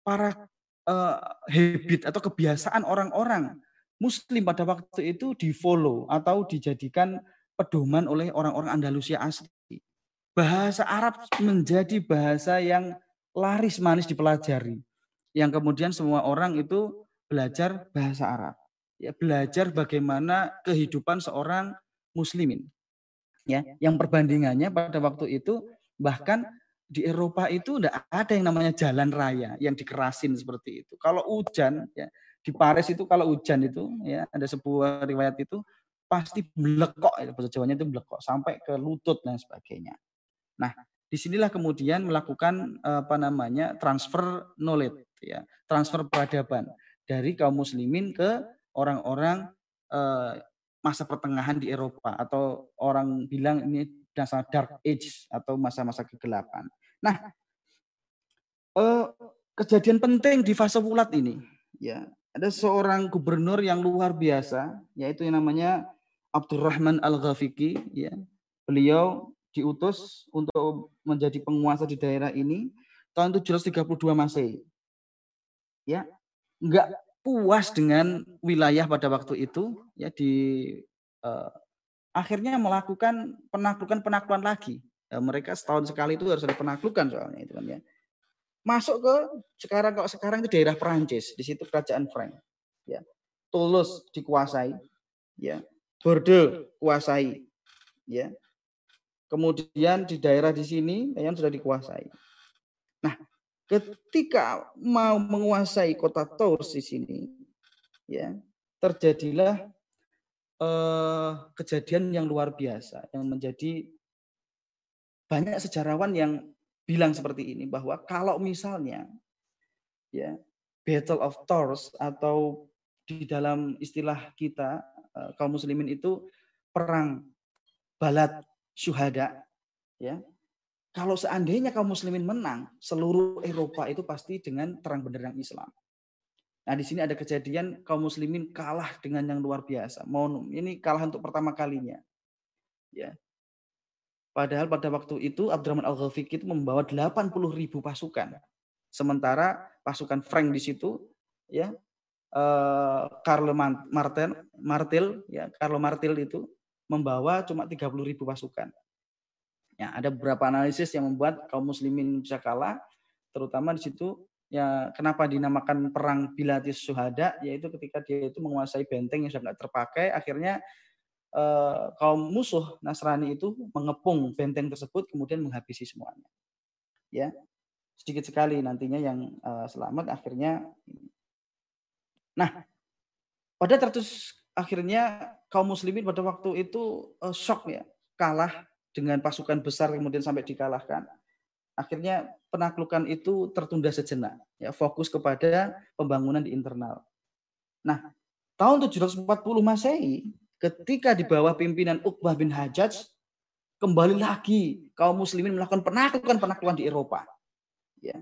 [SPEAKER 2] para uh, habit atau kebiasaan orang-orang Muslim pada waktu itu di-follow atau dijadikan pedoman oleh orang-orang Andalusia asli. Bahasa Arab menjadi bahasa yang laris manis dipelajari, yang kemudian semua orang itu belajar bahasa Arab, ya, belajar bagaimana kehidupan seorang muslimin, ya, yang perbandingannya pada waktu itu bahkan di Eropa itu tidak ada yang namanya jalan raya yang dikerasin seperti itu. Kalau hujan, ya, di Paris itu kalau hujan itu, ya, ada sebuah riwayat itu pasti melekok, ya, bahasa Jawanya itu melekok sampai ke lutut dan sebagainya. Nah, disinilah kemudian melakukan apa namanya transfer knowledge, ya, transfer peradaban dari kaum muslimin ke orang-orang eh, masa pertengahan di Eropa, atau orang bilang ini masa dark age atau masa-masa kegelapan. Nah, eh, kejadian penting di fase wulat ini, ya, ada seorang gubernur yang luar biasa, yaitu yang namanya Abdurrahman Al-Ghafiqi, ya. Beliau diutus untuk menjadi penguasa di daerah ini tahun tujuh ratus tiga puluh dua Masehi. Ya, enggak puas dengan wilayah pada waktu itu, ya, di eh, akhirnya melakukan penaklukan-penaklukan lagi. Ya, mereka setahun sekali itu harus ada penaklukan soalnya itu kan, ya. Masuk ke sekarang kalau sekarang itu daerah Perancis, di situ kerajaan Frank. Ya. Toulouse dikuasai, ya. Bordeaux kuasai, ya. Kemudian di daerah di sini yang sudah dikuasai. Nah, ketika mau menguasai kota Tours di sini, ya, terjadilah eh, kejadian yang luar biasa yang menjadi banyak sejarawan yang bilang seperti ini, bahwa kalau misalnya, ya, Battle of Tours atau di dalam istilah kita eh, kaum muslimin itu perang Balat Syuhada, ya. Kalau seandainya kaum muslimin menang, seluruh Eropa itu pasti dengan terang benderang Islam. Nah, di sini ada kejadian kaum muslimin kalah dengan yang luar biasa. Mohon, ini kalah untuk pertama kalinya. Ya. Padahal pada waktu itu Abdurrahman Al-Ghafiqi itu membawa delapan puluh ribu pasukan. Sementara pasukan Frank di situ, ya, eh, Carlo Martel, Martel, ya, Carlo Martel itu membawa cuma tiga puluh ribu pasukan. Ya, ada beberapa analisis yang membuat kaum muslimin bisa kalah, terutama di situ, ya, kenapa dinamakan perang Bilatis Syuhada, yaitu ketika dia itu menguasai benteng yang sudah tidak terpakai, akhirnya eh, kaum musuh Nasrani itu mengepung benteng tersebut kemudian menghabisi semuanya. Ya, sedikit sekali nantinya yang eh, selamat akhirnya. Nah, pada terus akhirnya kaum muslimin pada waktu itu eh, shock, ya, kalah dengan pasukan besar kemudian sampai dikalahkan. Akhirnya penaklukan itu tertunda sejenak, ya, fokus kepada pembangunan di internal. Nah, tahun tujuh ratus empat puluh Masehi, ketika di bawah pimpinan Uqbah bin Hajjaj, kembali lagi kaum muslimin melakukan penaklukan-penaklukan di Eropa. Ya.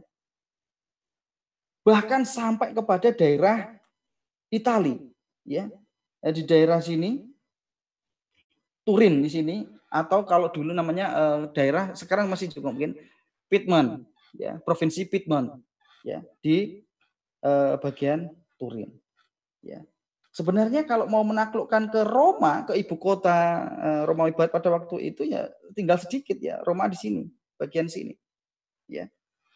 [SPEAKER 2] Bahkan sampai kepada daerah Italia, ya. Di daerah sini, Turin di sini, atau kalau dulu namanya uh, daerah, sekarang masih juga mungkin Piedmont, ya, provinsi Piedmont, ya, di uh, bagian Turin, ya. Sebenarnya kalau mau menaklukkan ke Roma, ke ibu kota uh, Romawi Barat pada waktu itu, ya tinggal sedikit, ya, Roma di sini, bagian sini, ya.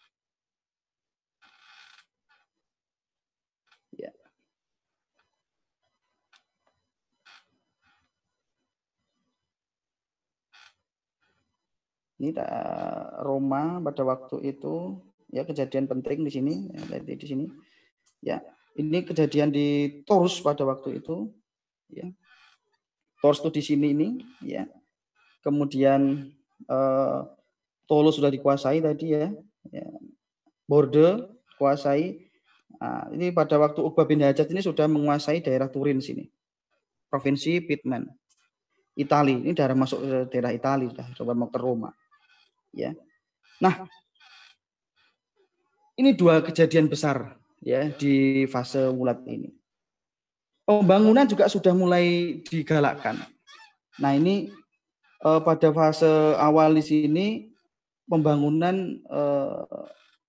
[SPEAKER 2] Ya. Ini Roma pada waktu itu, ya, kejadian penting di sini, ya, di sini, ya. Ini kejadian di Tours pada waktu itu, ya. Tours itu di sini ini, ya. Kemudian eh, Toulouse sudah dikuasai tadi, ya. Ya. Bordeaux kuasai. Nah, ini pada waktu Uqbah bin Hajjaj ini sudah menguasai daerah Turin sini, provinsi Piedmont, Italia. Ini daerah masuk ke daerah Italia, sudah coba mau ke Roma. Ya. Nah, ini dua kejadian besar, ya, di fase wulat ini. Pembangunan juga sudah mulai digalakkan. Nah, ini eh, pada fase awal di sini pembangunan eh,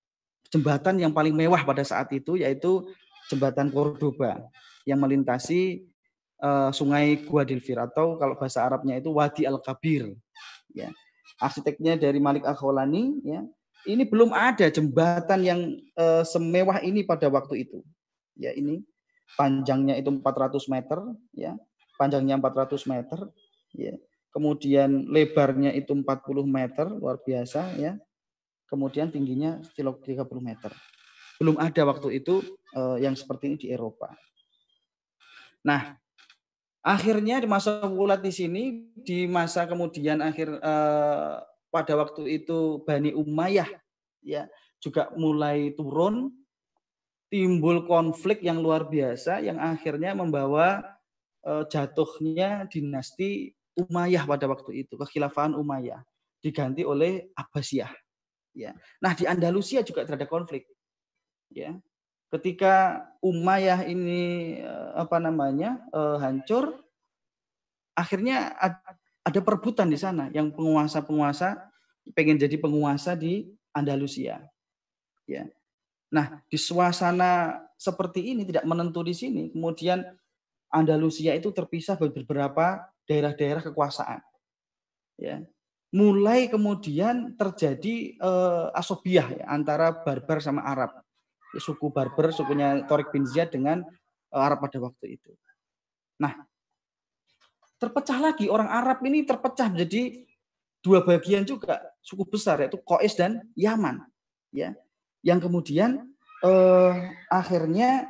[SPEAKER 2] jembatan yang paling mewah pada saat itu, yaitu jembatan Cordoba yang melintasi uh, sungai Guadalquivir, atau kalau bahasa Arabnya itu Wadi Al-Kabir. Ya. Arsiteknya dari Malik Al-Khawlani. Ya. Ini belum ada jembatan yang uh, semewah ini pada waktu itu. Ya, ini panjangnya itu empat ratus meter, ya, panjangnya empat ratus meter, ya. Kemudian lebarnya itu empat puluh meter, luar biasa, ya. Kemudian tingginya tiga puluh meter. Belum ada waktu itu eh, yang seperti ini di Eropa. Nah, akhirnya di masa Wulat di sini, di masa kemudian akhir eh, pada waktu itu Bani Umayyah, ya, juga mulai turun. Timbul konflik yang luar biasa yang akhirnya membawa uh, jatuhnya dinasti Umayyah pada waktu itu, kekhilafahan Umayyah diganti oleh Abbasiyah. Ya. Nah, di Andalusia juga terjadi konflik. Ya. Ketika Umayyah ini uh, apa namanya uh, hancur, akhirnya ada perebutan di sana yang penguasa-penguasa pengen jadi penguasa di Andalusia. Ya. Nah, di suasana seperti ini tidak menentu di sini, kemudian Andalusia itu terpisah beberapa daerah-daerah kekuasaan. Ya. Mulai kemudian terjadi eh, asobiah ya, antara Barbar sama Arab. Ya, suku Barbar, sukunya Tariq bin Ziyad dengan eh, Arab pada waktu itu. Nah, terpecah lagi, orang Arab ini terpecah menjadi dua bagian juga, suku besar, yaitu Qais dan Yaman. Ya. Yang kemudian eh, akhirnya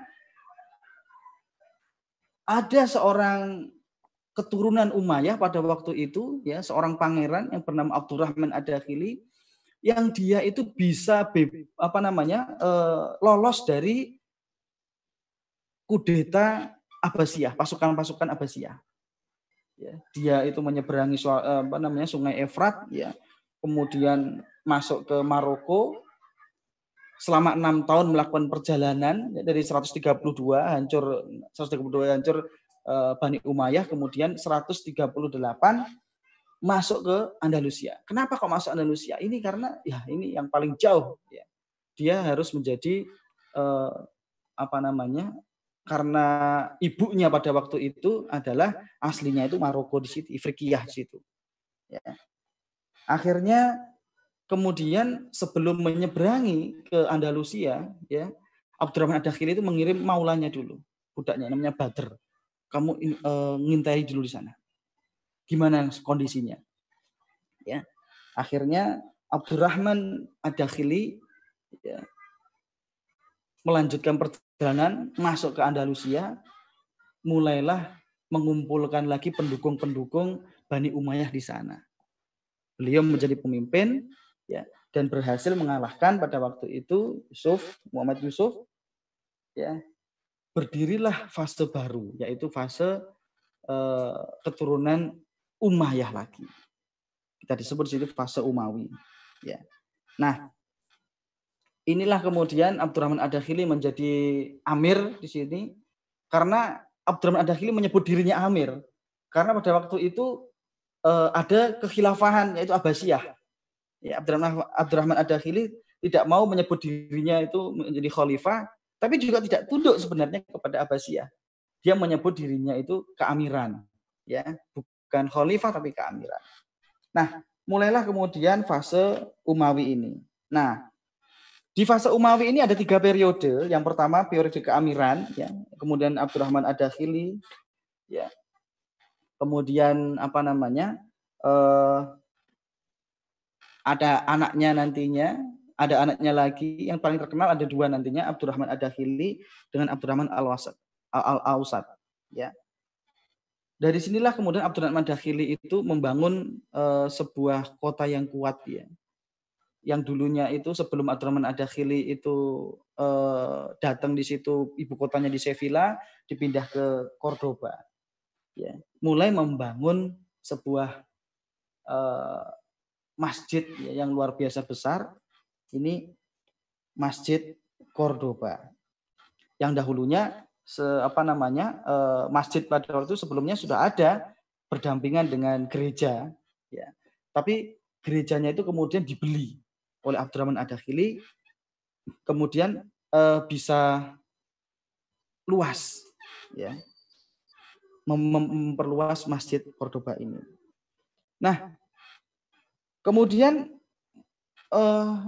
[SPEAKER 2] ada seorang keturunan Umayyah pada waktu itu, ya, seorang pangeran yang bernama Abdurrahman Ad-Dakhili, yang dia itu bisa be, apa namanya eh, lolos dari kudeta Abbasiyah, pasukan-pasukan Abbasiyah. Ya, dia itu menyeberangi apa namanya Sungai Efrat, ya, kemudian masuk ke Maroko. Selama enam tahun melakukan perjalanan, ya, dari seratus tiga puluh dua hancur seratus tiga puluh dua hancur eh, Bani Umayyah, kemudian seratus tiga puluh delapan masuk ke Andalusia. Kenapa kok masuk Andalusia? Ini karena ya ini yang paling jauh, ya. Dia harus menjadi eh, apa namanya? Karena ibunya pada waktu itu adalah aslinya itu Maroko di situ, Ifriqiyah di situ. Ya. Akhirnya kemudian sebelum menyeberangi ke Andalusia, ya, Abdurrahman Ad-Dakhili itu mengirim maulanya dulu, budaknya namanya Badr. Kamu e, ngintai dulu di sana. Gimana kondisinya? Ya. Akhirnya Abdurrahman Ad-Dakhili, ya, melanjutkan perjalanan masuk ke Andalusia, mulailah mengumpulkan lagi pendukung-pendukung Bani Umayyah di sana. Beliau menjadi pemimpin, ya, dan berhasil mengalahkan pada waktu itu Yusuf, Muhammad Yusuf, ya. Berdirilah fase baru, yaitu fase eh, keturunan Umayyah lagi. Kita disebut di situ fase Umawi, ya. Nah, inilah kemudian Abdurrahman Ad-Dakhili menjadi amir di sini, karena Abdurrahman Ad-Dakhili menyebut dirinya amir karena pada waktu itu eh, ada kekhilafahan, yaitu Abbasiyah. Ya, Abdurrahman, Abdurrahman Ad-Dakhili tidak mau menyebut dirinya itu menjadi khalifah, tapi juga tidak tunduk sebenarnya kepada Abbasiyah. Dia menyebut dirinya itu keamiran, ya, bukan khalifah tapi keamiran. Nah, mulailah kemudian fase Umawi ini. Nah, di fase Umawi ini ada tiga periode. Yang pertama periode keamiran, ya, kemudian Abdurrahman Ad-Dakhili, ya, kemudian apa namanya? Eh, ada anaknya nantinya, ada anaknya lagi, yang paling terkenal ada dua nantinya, Abdurrahman Ad-Dakhili dengan Abdurrahman Al-Wasat, Al-Ausat, ya. Dari sinilah kemudian Abdurrahman Ad-Dakhili itu membangun uh, sebuah kota yang kuat, ya. Yang dulunya itu sebelum Abdurrahman Ad-Dakhili itu uh, datang di situ, ibu kotanya di Sevilla, dipindah ke Cordoba, ya. Mulai membangun sebuah uh, masjid, ya, yang luar biasa besar. Ini Masjid Cordoba yang dahulunya se, apa namanya eh, masjid pada waktu itu sebelumnya sudah ada berdampingan dengan gereja, ya, tapi gerejanya itu kemudian dibeli oleh Abdurrahman Ad-Dakhili kemudian uh, bisa luas, ya, mem memperluas Masjid Cordoba ini. Nah, kemudian uh,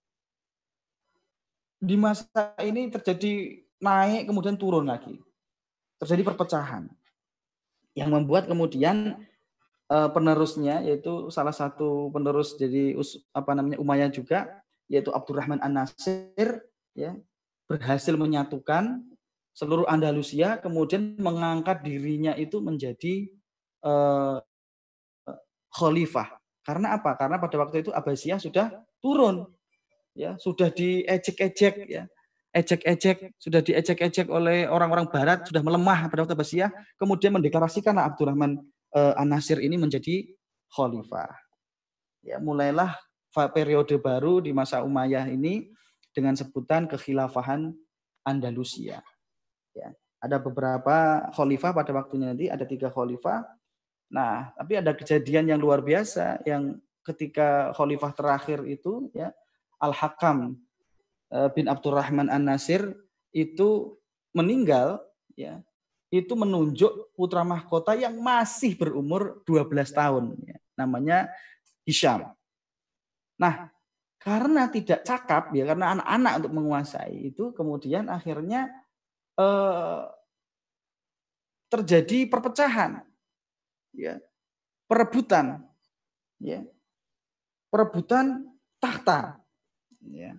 [SPEAKER 2] di masa ini terjadi naik kemudian turun lagi, terjadi perpecahan yang membuat kemudian uh, penerusnya, yaitu salah satu penerus jadi apa namanya Umayyah juga, yaitu Abdurrahman An-Nasir, ya, berhasil menyatukan seluruh Andalusia, kemudian mengangkat dirinya itu menjadi uh, khalifah. Karena apa? Karena pada waktu itu Abbasiyah sudah turun, ya, sudah diejek-ejek, ya, ejek-ejek, sudah diejek-ejek oleh orang-orang Barat, sudah melemah pada waktu Abbasiyah, kemudian mendeklarasikan Abdurrahman uh, An-Nasir ini menjadi khalifah. Ya, mulailah periode baru di masa Umayyah ini dengan sebutan kekhilafahan Andalusia. Ya, ada beberapa khalifah pada waktunya, nanti ada tiga khalifah. Nah, tapi ada kejadian yang luar biasa yang ketika khalifah terakhir itu, ya, Al-Hakam bin Abdurrahman An-Nasir itu meninggal, ya, itu menunjuk putra mahkota yang masih berumur dua belas tahun, ya, namanya Hisham. Nah, karena tidak cakap, ya, karena anak-anak untuk menguasai itu, kemudian akhirnya eh, terjadi perpecahan, ya, perebutan, ya, perebutan tahta, ya,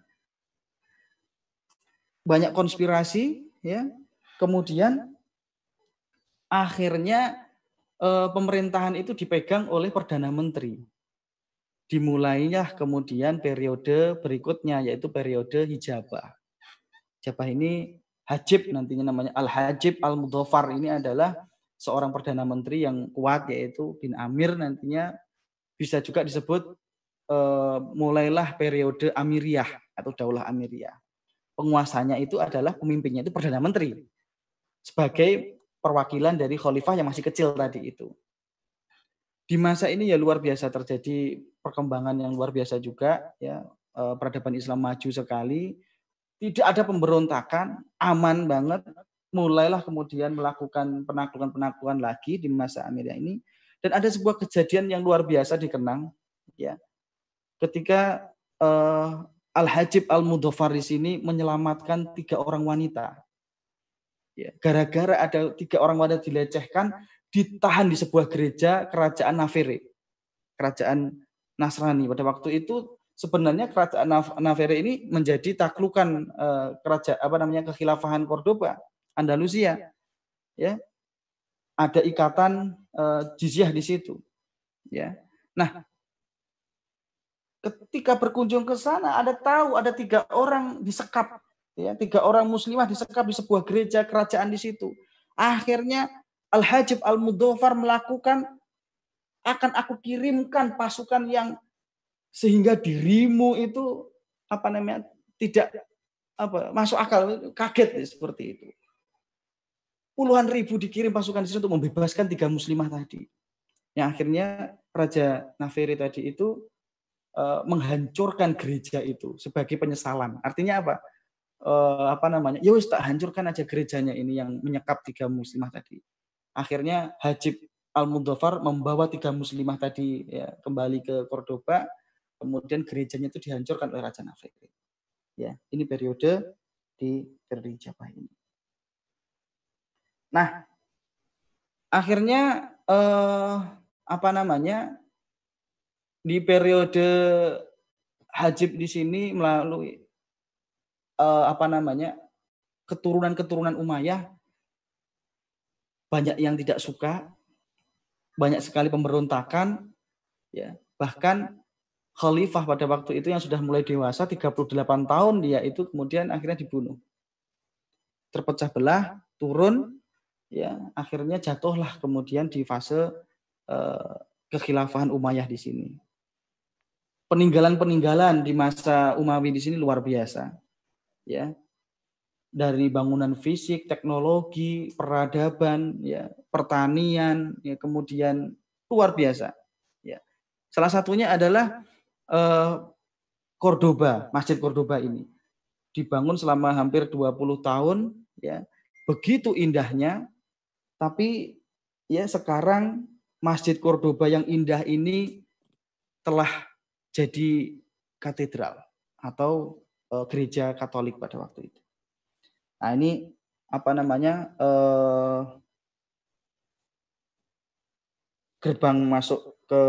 [SPEAKER 2] banyak konspirasi, ya, kemudian akhirnya eh, pemerintahan itu dipegang oleh perdana menteri. Dimulainya kemudian periode berikutnya, yaitu periode hijabah. Hijabah ini Hajib, nantinya namanya Al-Hajib Al-Mudhafar, ini adalah seorang perdana menteri yang kuat, yaitu bin Amir, nantinya bisa juga disebut eh, mulailah periode Amiriyah atau Daulah Amiriyah. Penguasanya itu adalah, pemimpinnya itu perdana menteri sebagai perwakilan dari khalifah yang masih kecil tadi itu. Di masa ini ya luar biasa terjadi perkembangan yang luar biasa juga, ya, eh, peradaban Islam maju sekali. Tidak ada pemberontakan, aman banget. Mulailah kemudian melakukan penaklukan-penaklukan lagi di masa Amiriyah ini. Dan ada sebuah kejadian yang luar biasa dikenang, ya, ketika uh, Al-Hajib Al-Mudhafar di sini menyelamatkan tiga orang wanita. Ya, gara-gara ada tiga orang wanita dilecehkan, ditahan di sebuah gereja kerajaan Navarre, kerajaan Nasrani. Pada waktu itu sebenarnya kerajaan Navarre ini menjadi taklukan eh, kerajaan apa namanya kekhilafahan Cordoba, Andalusia. Ya, ada ikatan eh, jizyah di situ. Ya, nah, ketika berkunjung ke sana, ada tahu ada tiga orang disekap, ya, tiga orang muslimah disekap di sebuah gereja kerajaan di situ. Akhirnya Al-Hajib Al-Mudhafar melakukan, akan aku kirimkan pasukan yang sehingga dirimu itu apa namanya tidak apa masuk akal, kaget, ya, seperti itu. Puluhan ribu dikirim pasukan di situ untuk membebaskan tiga muslimah tadi. Yang akhirnya Raja Navarre tadi itu uh, menghancurkan gereja itu sebagai penyesalan. Artinya apa? Uh, apa namanya? Ya wis tak hancurkan aja gerejanya ini yang menyekap tiga muslimah tadi. Akhirnya Hajib Al-Mudhafar membawa tiga muslimah tadi, ya, kembali ke Cordoba. Kemudian gerejanya itu dihancurkan oleh Raja Navarre. Ya, ini periode di periode hijabah ini. Nah, akhirnya eh, apa namanya di periode Hajib di sini melalui eh, apa namanya keturunan-keturunan Umayyah banyak yang tidak suka, banyak sekali pemberontakan, ya, bahkan khalifah pada waktu itu yang sudah mulai dewasa tiga puluh delapan tahun, dia itu kemudian akhirnya dibunuh. Terpecah belah, turun, ya, akhirnya jatuhlah kemudian di fase eh, kekhilafahan Umayyah di sini. Peninggalan-peninggalan di masa Umawi di sini luar biasa, ya. Dari bangunan fisik, teknologi, peradaban, ya, pertanian, ya, kemudian luar biasa. Ya. Salah satunya adalah eh, Cordoba, Masjid Cordoba ini. dibangun selama hampir dua puluh tahun, ya. Begitu indahnya, tapi ya sekarang Masjid Cordoba yang indah ini telah jadi katedral atau uh, gereja Katolik pada waktu itu. Nah, ini apa namanya? Uh, gerbang masuk ke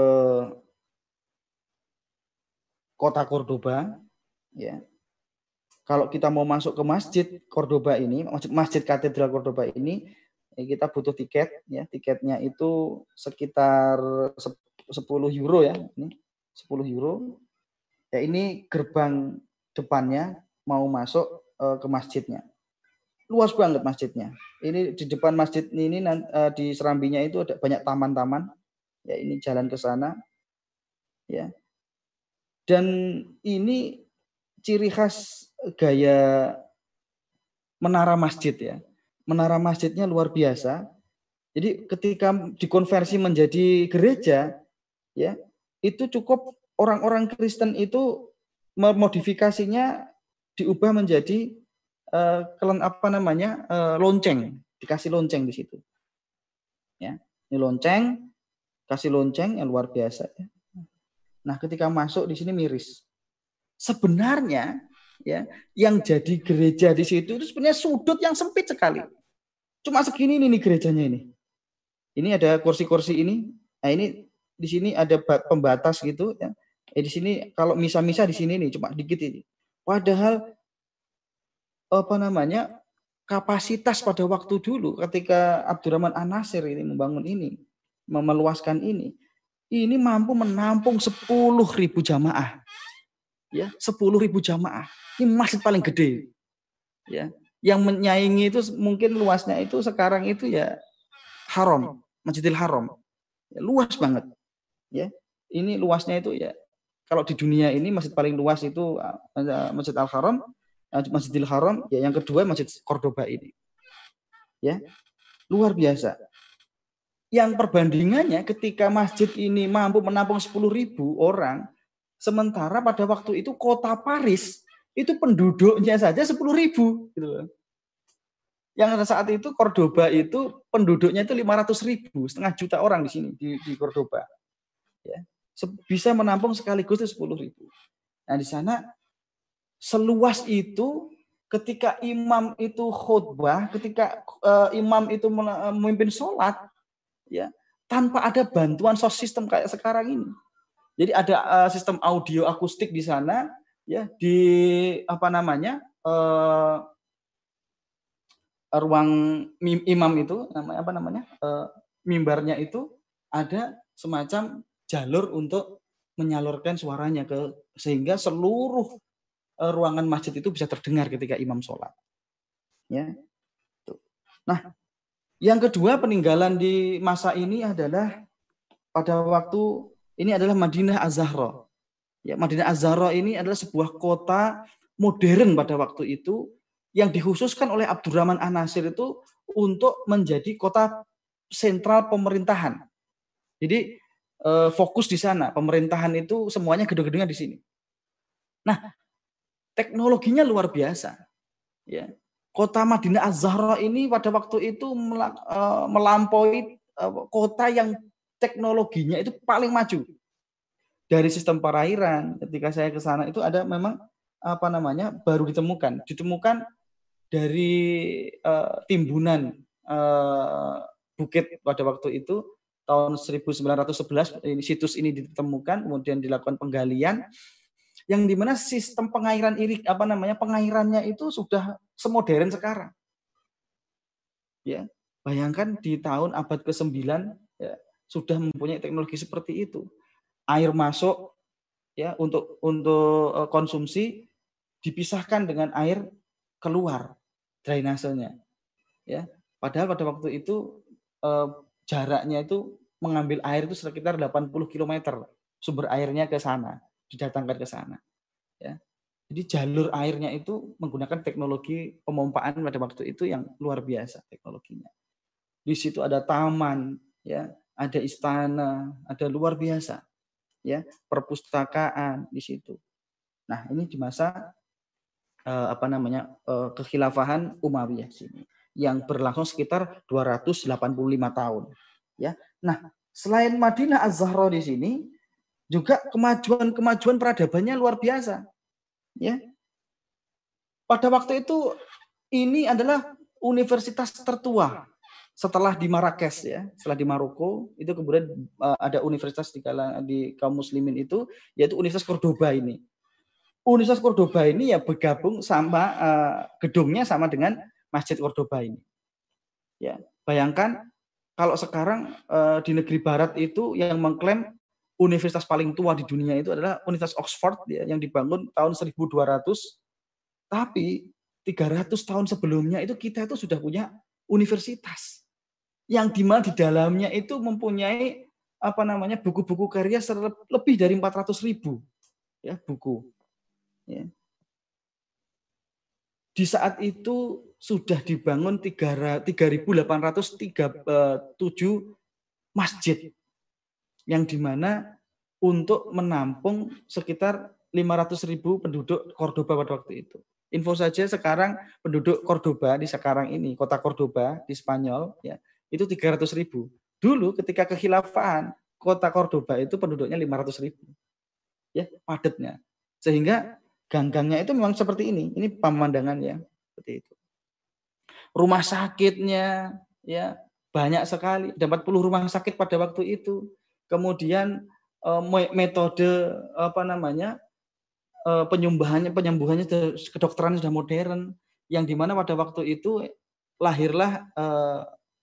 [SPEAKER 2] kota Cordoba, ya. Kalau kita mau masuk ke Masjid Cordoba ini, Masjid, Masjid Katedral Cordoba ini, ya kita butuh tiket, ya. Tiketnya itu sekitar sepuluh euro, ya. Ini sepuluh euro. Ya, ini gerbang depannya mau masuk uh, ke masjidnya. Luas banget masjidnya. Ini di depan masjid ini uh, di serambinya itu ada banyak taman-taman. Ya, ini jalan ke sana. Ya. Dan ini ciri khas gaya menara masjid, ya. Menara masjidnya luar biasa. Jadi ketika dikonversi menjadi gereja, ya, itu cukup orang-orang Kristen itu memodifikasinya diubah menjadi uh, apa namanya uh, lonceng, dikasih lonceng di situ. Ya, ini lonceng, kasih lonceng yang luar biasa. Ya. Nah, ketika masuk di sini miris. Sebenarnya, ya, yang jadi gereja di situ itu sebenarnya sudut yang sempit sekali. Cuma segini ini nih gerejanya ini. Ini ada kursi-kursi ini. Nah, ini di sini ada pembatas gitu, ya. Eh, di sini kalau misa-misa di sini nih cuma dikit ini. Padahal apa namanya? Kapasitas pada waktu dulu ketika Abdurrahman An-Nasir ini membangun ini, meluaskan ini, ini mampu menampung sepuluh ribu jamaah. Ya, sepuluh ribu jamaah. Ini masjid paling gede. Ya, yang menyaingi itu mungkin luasnya itu sekarang itu ya Haram, Masjidil Haram. Ya, luas banget. Ya. Ini luasnya itu ya kalau di dunia ini masjid paling luas itu Masjid Al-Haram, Masjidil Haram, ya yang kedua Masjid Cordoba ini. Ya. Luar biasa. Yang perbandingannya ketika masjid ini mampu menampung sepuluh ribu orang, sementara pada waktu itu kota Paris itu penduduknya saja sepuluh ribu. Gitu. Yang saat itu Cordoba itu penduduknya itu lima ratus ribu, setengah juta orang di sini, di, di Cordoba. Ya. Bisa menampung sekaligus itu sepuluh ribu. Nah, di sana seluas itu ketika imam itu khutbah, ketika uh, imam itu memimpin sholat, ya, tanpa ada bantuan sound system kayak sekarang ini. Jadi ada uh, sistem audio akustik di sana, ya, di apa namanya uh, ruang imam itu, namanya apa namanya uh, mimbarnya itu ada semacam jalur untuk menyalurkan suaranya ke sehingga seluruh uh, ruangan masjid itu bisa terdengar ketika imam sholat. Ya, tuh. Nah, yang kedua peninggalan di masa ini adalah pada waktu ini adalah Madinah Az-Zahra. Ya, Madinah Az-Zahra ini adalah sebuah kota modern pada waktu itu yang dikhususkan oleh Abdurrahman An-Nasir itu untuk menjadi kota sentral pemerintahan. Jadi eh, fokus di sana, pemerintahan itu semuanya gedung-gedungnya di sini. Nah, teknologinya luar biasa. Ya, kota Madinah Az-Zahra ini pada waktu itu melampaui kota yang teknologinya itu paling maju. Dari sistem perairan, ketika saya ke sana itu ada memang apa namanya baru ditemukan, ditemukan dari uh, timbunan uh, bukit pada waktu itu tahun seribu sembilan ratus sebelas ini, situs ini ditemukan, kemudian dilakukan penggalian, yang dimana sistem pengairan irik apa namanya pengairannya itu sudah semodern sekarang. Ya, bayangkan di tahun abad kesembilan ya, sudah mempunyai teknologi seperti itu. Air masuk ya untuk untuk konsumsi dipisahkan dengan air keluar drainasenya. Ya, padahal pada waktu itu eh, jaraknya itu mengambil air itu sekitar delapan puluh kilometer sumber airnya ke sana, didatangkan ke sana. Ya. Jadi jalur airnya itu menggunakan teknologi pemompaan pada waktu itu yang luar biasa teknologinya. Di situ ada taman, ya, ada istana, ada luar biasa, ya, perpustakaan di situ. Nah, ini di masa uh, apa namanya uh, kekhilafahan Umayyah sini yang berlangsung sekitar dua ratus delapan puluh lima tahun. Ya, nah selain Madinah Az-Zahra di sini juga kemajuan-kemajuan peradabannya luar biasa. Ya, pada waktu itu ini adalah universitas tertua setelah di Marrakesh ya, setelah di Maroko itu kemudian uh, ada universitas di kalangan di kaum muslimin itu yaitu Universitas Cordoba ini. Universitas Cordoba ini ya bergabung sama uh, gedungnya sama dengan Masjid Cordoba ini. Ya, bayangkan kalau sekarang uh, di negeri barat itu yang mengklaim universitas paling tua di dunia itu adalah Universitas Oxford ya, yang dibangun tahun seribu dua ratus. Tapi tiga ratus tahun sebelumnya itu kita itu sudah punya universitas yang dimana di dalamnya itu mempunyai apa namanya buku-buku karya lebih dari empat ratus ribu ya buku. Ya. Di saat itu sudah dibangun tiga ribu delapan ratus tiga puluh tujuh masjid yang dimana untuk menampung sekitar lima ratus ribu penduduk Cordoba pada waktu itu. Info saja sekarang penduduk Cordoba di sekarang ini kota Cordoba di Spanyol ya itu tiga ratus ribu. Dulu ketika kekhilafahan, kota Cordoba itu penduduknya lima ratus ribu. Ya, padatnya. Sehingga gang-gangnya itu memang seperti ini. Ini pemandangannya seperti itu. Rumah sakitnya ya banyak sekali, ada empat puluh rumah sakit pada waktu itu. Kemudian metode apa namanya? penyembuhannya penyembuhannya kedokteran sudah modern yang dimana pada waktu itu lahirlah eh,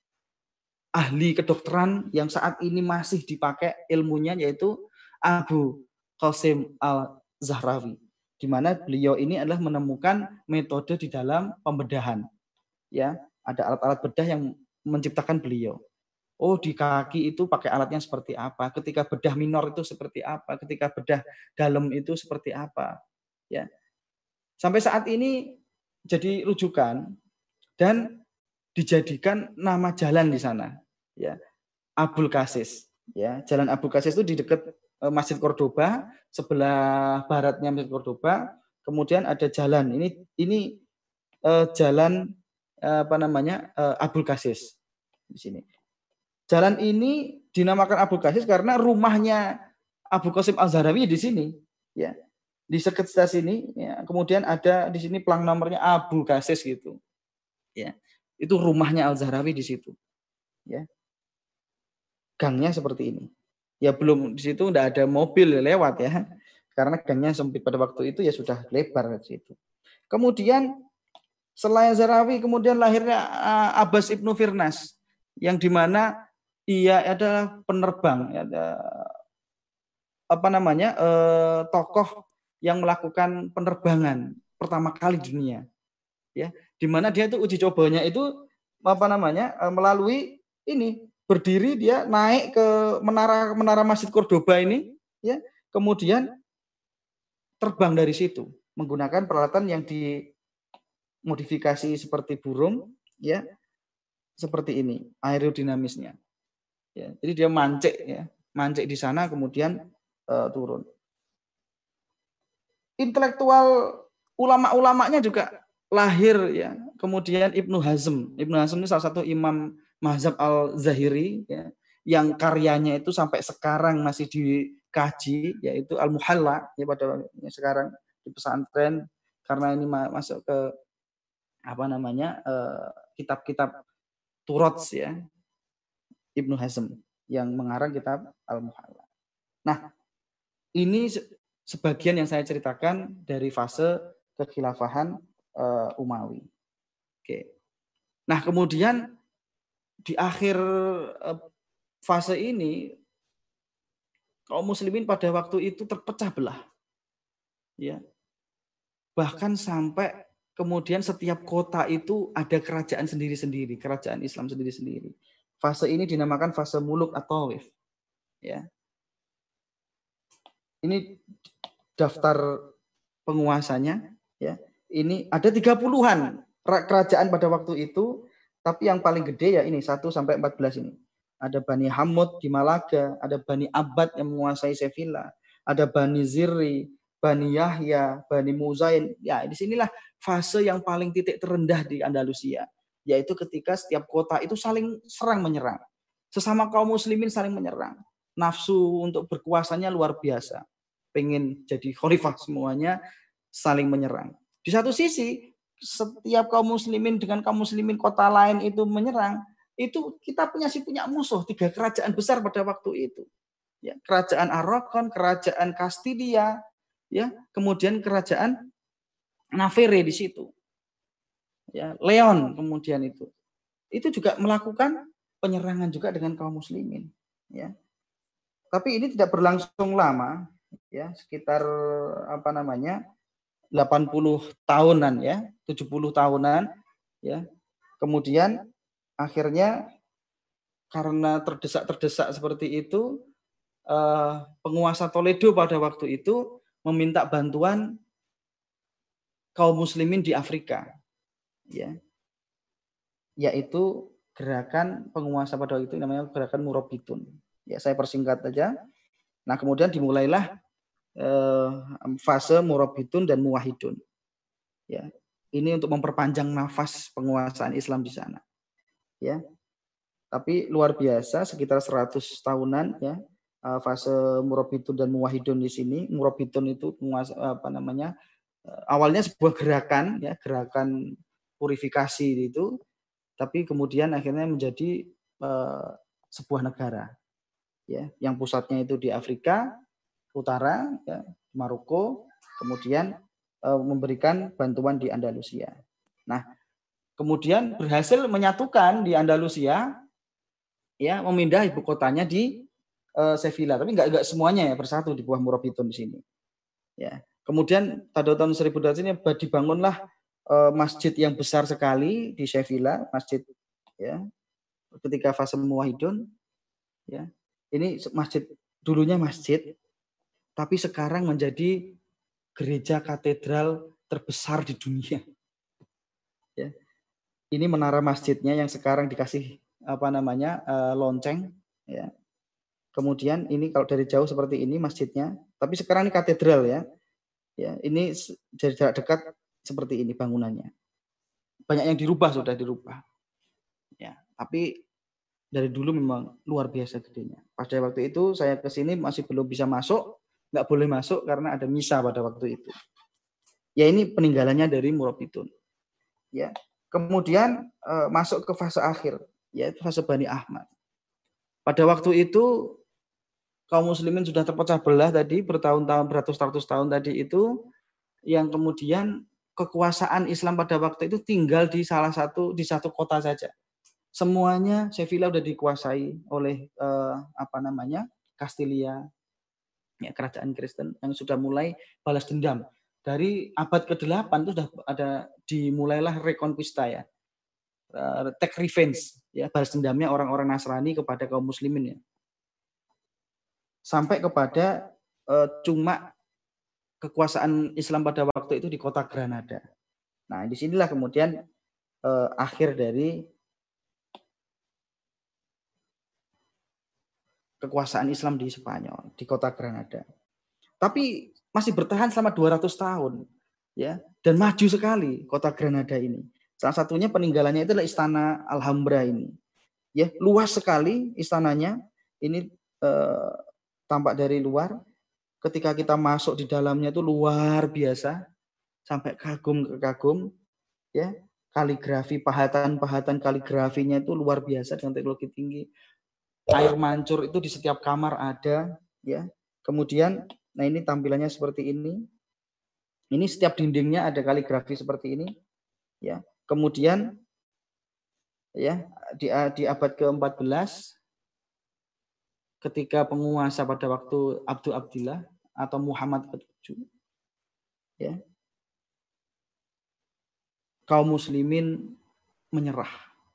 [SPEAKER 2] ahli kedokteran yang saat ini masih dipakai ilmunya yaitu Abu Qasim Al-Zahrawi, di mana beliau ini adalah menemukan metode di dalam pembedahan. Ya, ada alat-alat bedah yang menciptakan beliau. Oh, di kaki itu pakai alatnya seperti apa? Ketika bedah minor itu seperti apa? Ketika bedah dalam itu seperti apa? Ya. Sampai saat ini jadi rujukan dan dijadikan nama jalan di sana. Ya, Abul Qasis. Ya, Jalan Abul Qasis itu di dekat uh, Masjid Cordoba, sebelah baratnya Masjid Cordoba. Kemudian ada jalan. Ini ini uh, jalan uh, apa namanya uh, Abul Qasis di sini. Jalan ini dinamakan Abul Qasis karena rumahnya Abu Qasim Al-Zahrawi di sini. Ya, di sekitar sini. Ya. Kemudian ada di sini plang nomornya Abul Qasis gitu. Ya, itu rumahnya Al-Zahrawi di situ. Ya. Gangnya seperti ini. Ya belum di situ tidak ada mobil lewat ya. Karena gangnya sempit pada waktu itu ya sudah lebar di situ. Kemudian selain Zahrawi kemudian lahirnya Abbas Ibnu Firnas yang dimana ia adalah penerbang, ada apa namanya eh, tokoh yang melakukan penerbangan pertama kali di dunia, ya, dimana dia itu uji cobanya itu apa namanya eh, melalui ini berdiri dia naik ke menara menara Masjid Cordoba ini, ya, kemudian terbang dari situ menggunakan peralatan yang dimodifikasi seperti burung, ya, seperti ini aerodinamisnya. Ya, jadi dia mancik ya, mancik di sana kemudian uh, turun. Intelektual ulama-ulamanya juga lahir ya. Kemudian Ibnu Hazm, Ibnu Hazm ini salah satu imam mazhab Al-Zahiri ya, yang karyanya itu sampai sekarang masih dikaji yaitu Al-Muhalla ya pada sekarang di pesantren karena ini masuk ke apa namanya uh, kitab-kitab Turats ya. Ibnu Hazm yang mengarang kitab Al-Muhalla. Nah, ini sebagian yang saya ceritakan dari fase kekhilafahan uh, Umawi. Oke. Nah, kemudian di akhir uh, fase ini kaum muslimin pada waktu itu terpecah belah. Ya. Bahkan sampai kemudian setiap kota itu ada kerajaan sendiri-sendiri, kerajaan Islam sendiri-sendiri. Fase ini dinamakan fase muluk atau Tawif. Ya. Ini daftar penguasanya. Ya. Ini ada tiga puluhan kerajaan pada waktu itu, tapi yang paling gede ya ini satu sampai empat belas ini. Ada Bani Hamud di Malaga, ada Bani Abbad yang menguasai Sevilla, ada Bani Zirri, Bani Yahya, Bani Muzain. Ya, disinilah fase yang paling titik terendah di Andalusia, yaitu ketika setiap kota itu saling serang menyerang. Sesama kaum muslimin saling menyerang. Nafsu untuk berkuasanya luar biasa. Pengen jadi khalifah semuanya, saling menyerang. Di satu sisi, setiap kaum muslimin dengan kaum muslimin kota lain itu menyerang, itu kita punya sih punya musuh, tiga kerajaan besar pada waktu itu. Ya, kerajaan Aragon, kerajaan Kastilia, ya, kemudian kerajaan Navarre di situ. Ya, Leon kemudian itu. Itu juga melakukan penyerangan juga dengan kaum muslimin, ya. Tapi ini tidak berlangsung lama, ya, sekitar apa namanya? delapan puluh tahunan, ya, tujuh puluh tahunan, ya. Kemudian akhirnya karena terdesak-terdesak seperti itu, eh, penguasa Toledo pada waktu itu meminta bantuan kaum muslimin di Afrika, ya, yaitu gerakan penguasa pada waktu itu namanya gerakan Murabitun. Ya, saya persingkat saja. Nah, kemudian dimulailah eh, fase Murabitun dan Muwahhidun. Ya, ini untuk memperpanjang nafas penguasaan Islam di sana. Ya, tapi luar biasa sekitar seratus tahunan, ya, fase Murabitun dan Muwahhidun di sini. Murabitun itu penguasa apa namanya? Awalnya sebuah gerakan, ya, gerakan purifikasi itu, tapi kemudian akhirnya menjadi uh, sebuah negara, ya, yang pusatnya itu di Afrika Utara, ya, Maroko, kemudian uh, memberikan bantuan di Andalusia. Nah, kemudian berhasil menyatukan di Andalusia, ya, memindah ibu kotanya di uh, Sevilla, tapi enggak enggak semuanya ya bersatu di bawah Murabitun di sini. Ya. Kemudian pada tahun seribu dua ratus ini dibangunlah uh, masjid yang besar sekali di Sevilla, masjid, ya, ketika fase Muwahhidun, ya. Ini masjid, dulunya masjid, tapi sekarang menjadi gereja katedral terbesar di dunia. Ya. Ini menara masjidnya yang sekarang dikasih apa namanya uh, lonceng, ya. Kemudian ini kalau dari jauh seperti ini masjidnya, tapi sekarang ini katedral, ya. Ya, ini dari jarak dekat seperti ini bangunannya. Banyak yang dirubah, sudah dirubah. Ya, tapi dari dulu memang luar biasa gedenya. Pada waktu itu saya ke sini masih belum bisa masuk, nggak boleh masuk karena ada misa pada waktu itu. Ya, ini peninggalannya dari Murabitun. Ya, kemudian eh, masuk ke fase akhir, yaitu fase Bani Ahmad. Pada waktu itu kaum muslimin sudah terpecah belah tadi bertahun-tahun, beratus-ratus tahun tadi itu, yang kemudian kekuasaan Islam pada waktu itu tinggal di salah satu di satu kota saja. Semuanya Sevilla sudah dikuasai oleh eh, apa namanya Kastilia, ya, kerajaan Kristen yang sudah mulai balas dendam. Dari abad kedelapan itu sudah ada dimulailah Reconquista, ya, uh, take revenge, ya, balas dendamnya orang-orang Nasrani kepada kaum muslimin, ya, sampai kepada uh, cuma kekuasaan Islam pada waktu itu di kota Granada. Nah, disinilah kemudian eh, akhir dari kekuasaan Islam di Spanyol, di kota Granada. Tapi masih bertahan selama dua ratus tahun, ya, dan maju sekali kota Granada ini. Salah satunya peninggalannya itu adalah Istana Alhambra ini. Ya, luas sekali istananya. Ini eh, tampak dari luar. Ketika kita masuk di dalamnya itu luar biasa, sampai kagum ke kagum, ya. Kaligrafi, pahatan-pahatan kaligrafinya itu luar biasa dengan teknologi tinggi. Air mancur itu di setiap kamar ada, ya. Kemudian, nah ini tampilannya seperti ini. Ini setiap dindingnya ada kaligrafi seperti ini, ya. Kemudian, ya, di, di abad ke empat belas ketika penguasa pada waktu Abdul Abdillah atau Muhammad ketujuh, ya, kaum muslimin menyerah.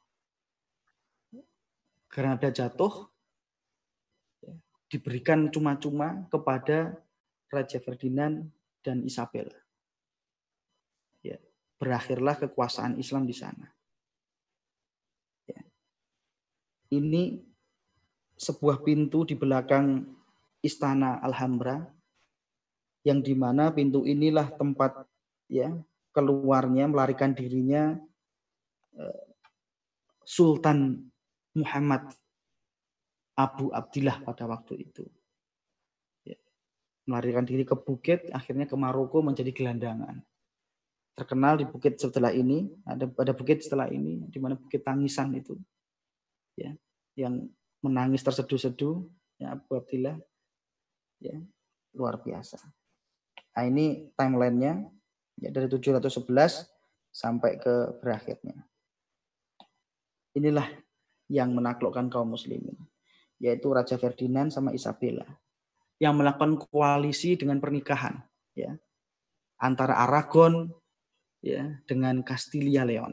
[SPEAKER 2] Granada jatuh, ya, diberikan cuma-cuma kepada Raja Ferdinand dan Isabel. Ya, berakhirlah kekuasaan Islam di sana. Ya. Ini sebuah pintu di belakang Istana Alhambra. yang dimana pintu inilah tempat ya keluarnya, melarikan dirinya eh, Sultan Muhammad Abu Abdillah pada waktu itu. Ya, melarikan diri ke bukit, akhirnya ke Maroko menjadi gelandangan. Terkenal di bukit setelah ini, ada ada bukit setelah ini, di mana Bukit Tangisan itu, ya, yang menangis terseduh-seduh, ya Abu Abdillah, ya luar biasa. Nah ini timelinenya, ya dari tujuh ratus sebelas sampai ke berakhirnya. Inilah yang menaklukkan kaum muslimin, yaitu Raja Ferdinand sama Isabella, yang melakukan koalisi dengan pernikahan, ya, antara Aragon, ya, dengan Castilla Leon.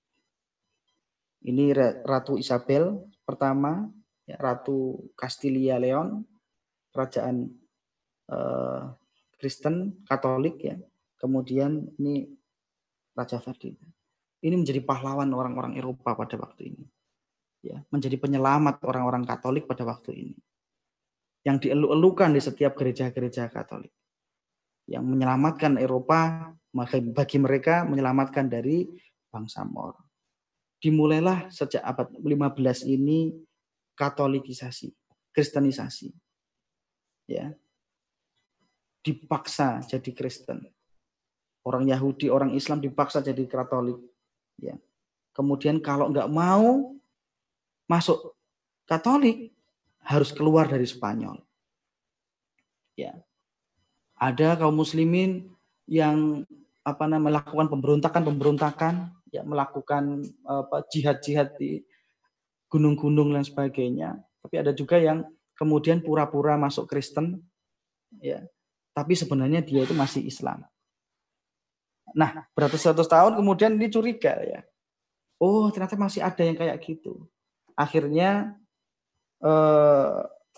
[SPEAKER 2] Ini Ratu Isabel pertama, ya, Ratu Castilla Leon, kerajaan eh, Kristen Katolik, ya. Kemudian ini Raja Ferdinand. Ini menjadi pahlawan orang-orang Eropa pada waktu ini, ya, menjadi penyelamat orang-orang Katolik pada waktu ini, yang dielu-elukan di setiap gereja-gereja Katolik, yang menyelamatkan Eropa, bagi mereka menyelamatkan dari bangsa Moor. Dimulailah sejak abad lima belas ini Katolikisasi, Kristenisasi, ya, dipaksa jadi Kristen. Orang Yahudi, orang Islam dipaksa jadi Katolik, ya. Kemudian kalau nggak mau masuk Katolik harus keluar dari Spanyol. Ya. Ada kaum muslimin yang apa namanya melakukan pemberontakan-pemberontakan, ya, melakukan apa jihad-jihad di gunung-gunung dan sebagainya. Tapi ada juga yang kemudian pura-pura masuk Kristen, ya. Tapi sebenarnya dia itu masih Islam. Nah, beratus-ratus tahun kemudian dia curiga, ya. Oh, ternyata masih ada yang kayak gitu. Akhirnya eh,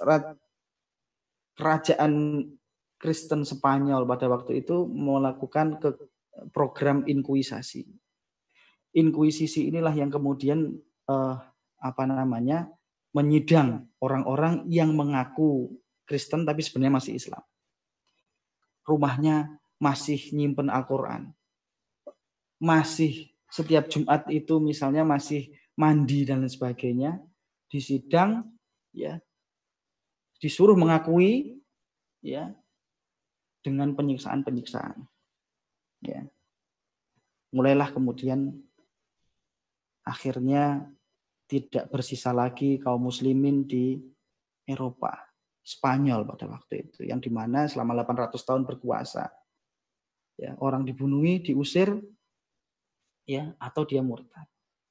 [SPEAKER 2] kerajaan Kristen Spanyol pada waktu itu melakukan ke program inkuisasi. Inkuisisi inilah yang kemudian eh, apa namanya menyidang orang-orang yang mengaku Kristen tapi sebenarnya masih Islam. Rumahnya masih nyimpen Al-Quran, masih setiap Jumat itu misalnya masih mandi dan lain sebagainya, disidang, ya, disuruh mengakui, ya, dengan penyiksaan-penyiksaan, ya. Mulailah kemudian akhirnya tidak bersisa lagi kaum muslimin di Eropa, Spanyol pada waktu itu, yang dimana selama delapan ratus tahun berkuasa, ya, orang dibunuhi, diusir, ya, atau dia murtad.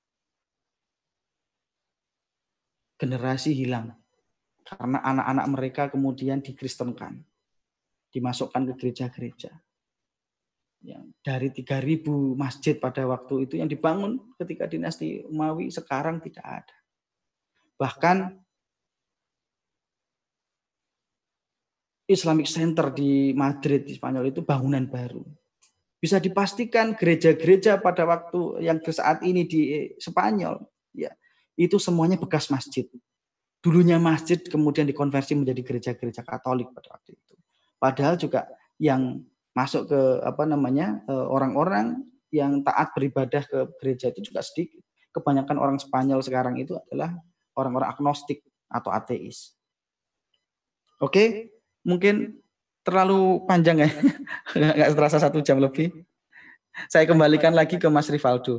[SPEAKER 2] Generasi hilang karena anak-anak mereka kemudian dikristenkan, dimasukkan ke gereja-gereja. Ya, dari tiga ribu masjid pada waktu itu yang dibangun ketika dinasti Umawi sekarang tidak ada. Bahkan Islamic Center di Madrid di Spanyol itu bangunan baru. Bisa dipastikan gereja-gereja pada waktu yang saat ini di Spanyol, ya, itu semuanya bekas masjid. Dulunya masjid kemudian dikonversi menjadi gereja-gereja Katolik pada waktu itu. Padahal juga yang masuk ke apa namanya orang-orang yang taat beribadah ke gereja itu juga sedikit. Kebanyakan orang Spanyol sekarang itu adalah orang-orang agnostik atau ateis. Oke, mungkin terlalu panjang ya, nggak terasa satu jam lebih. Saya kembalikan lagi ke Mas Rivaldo.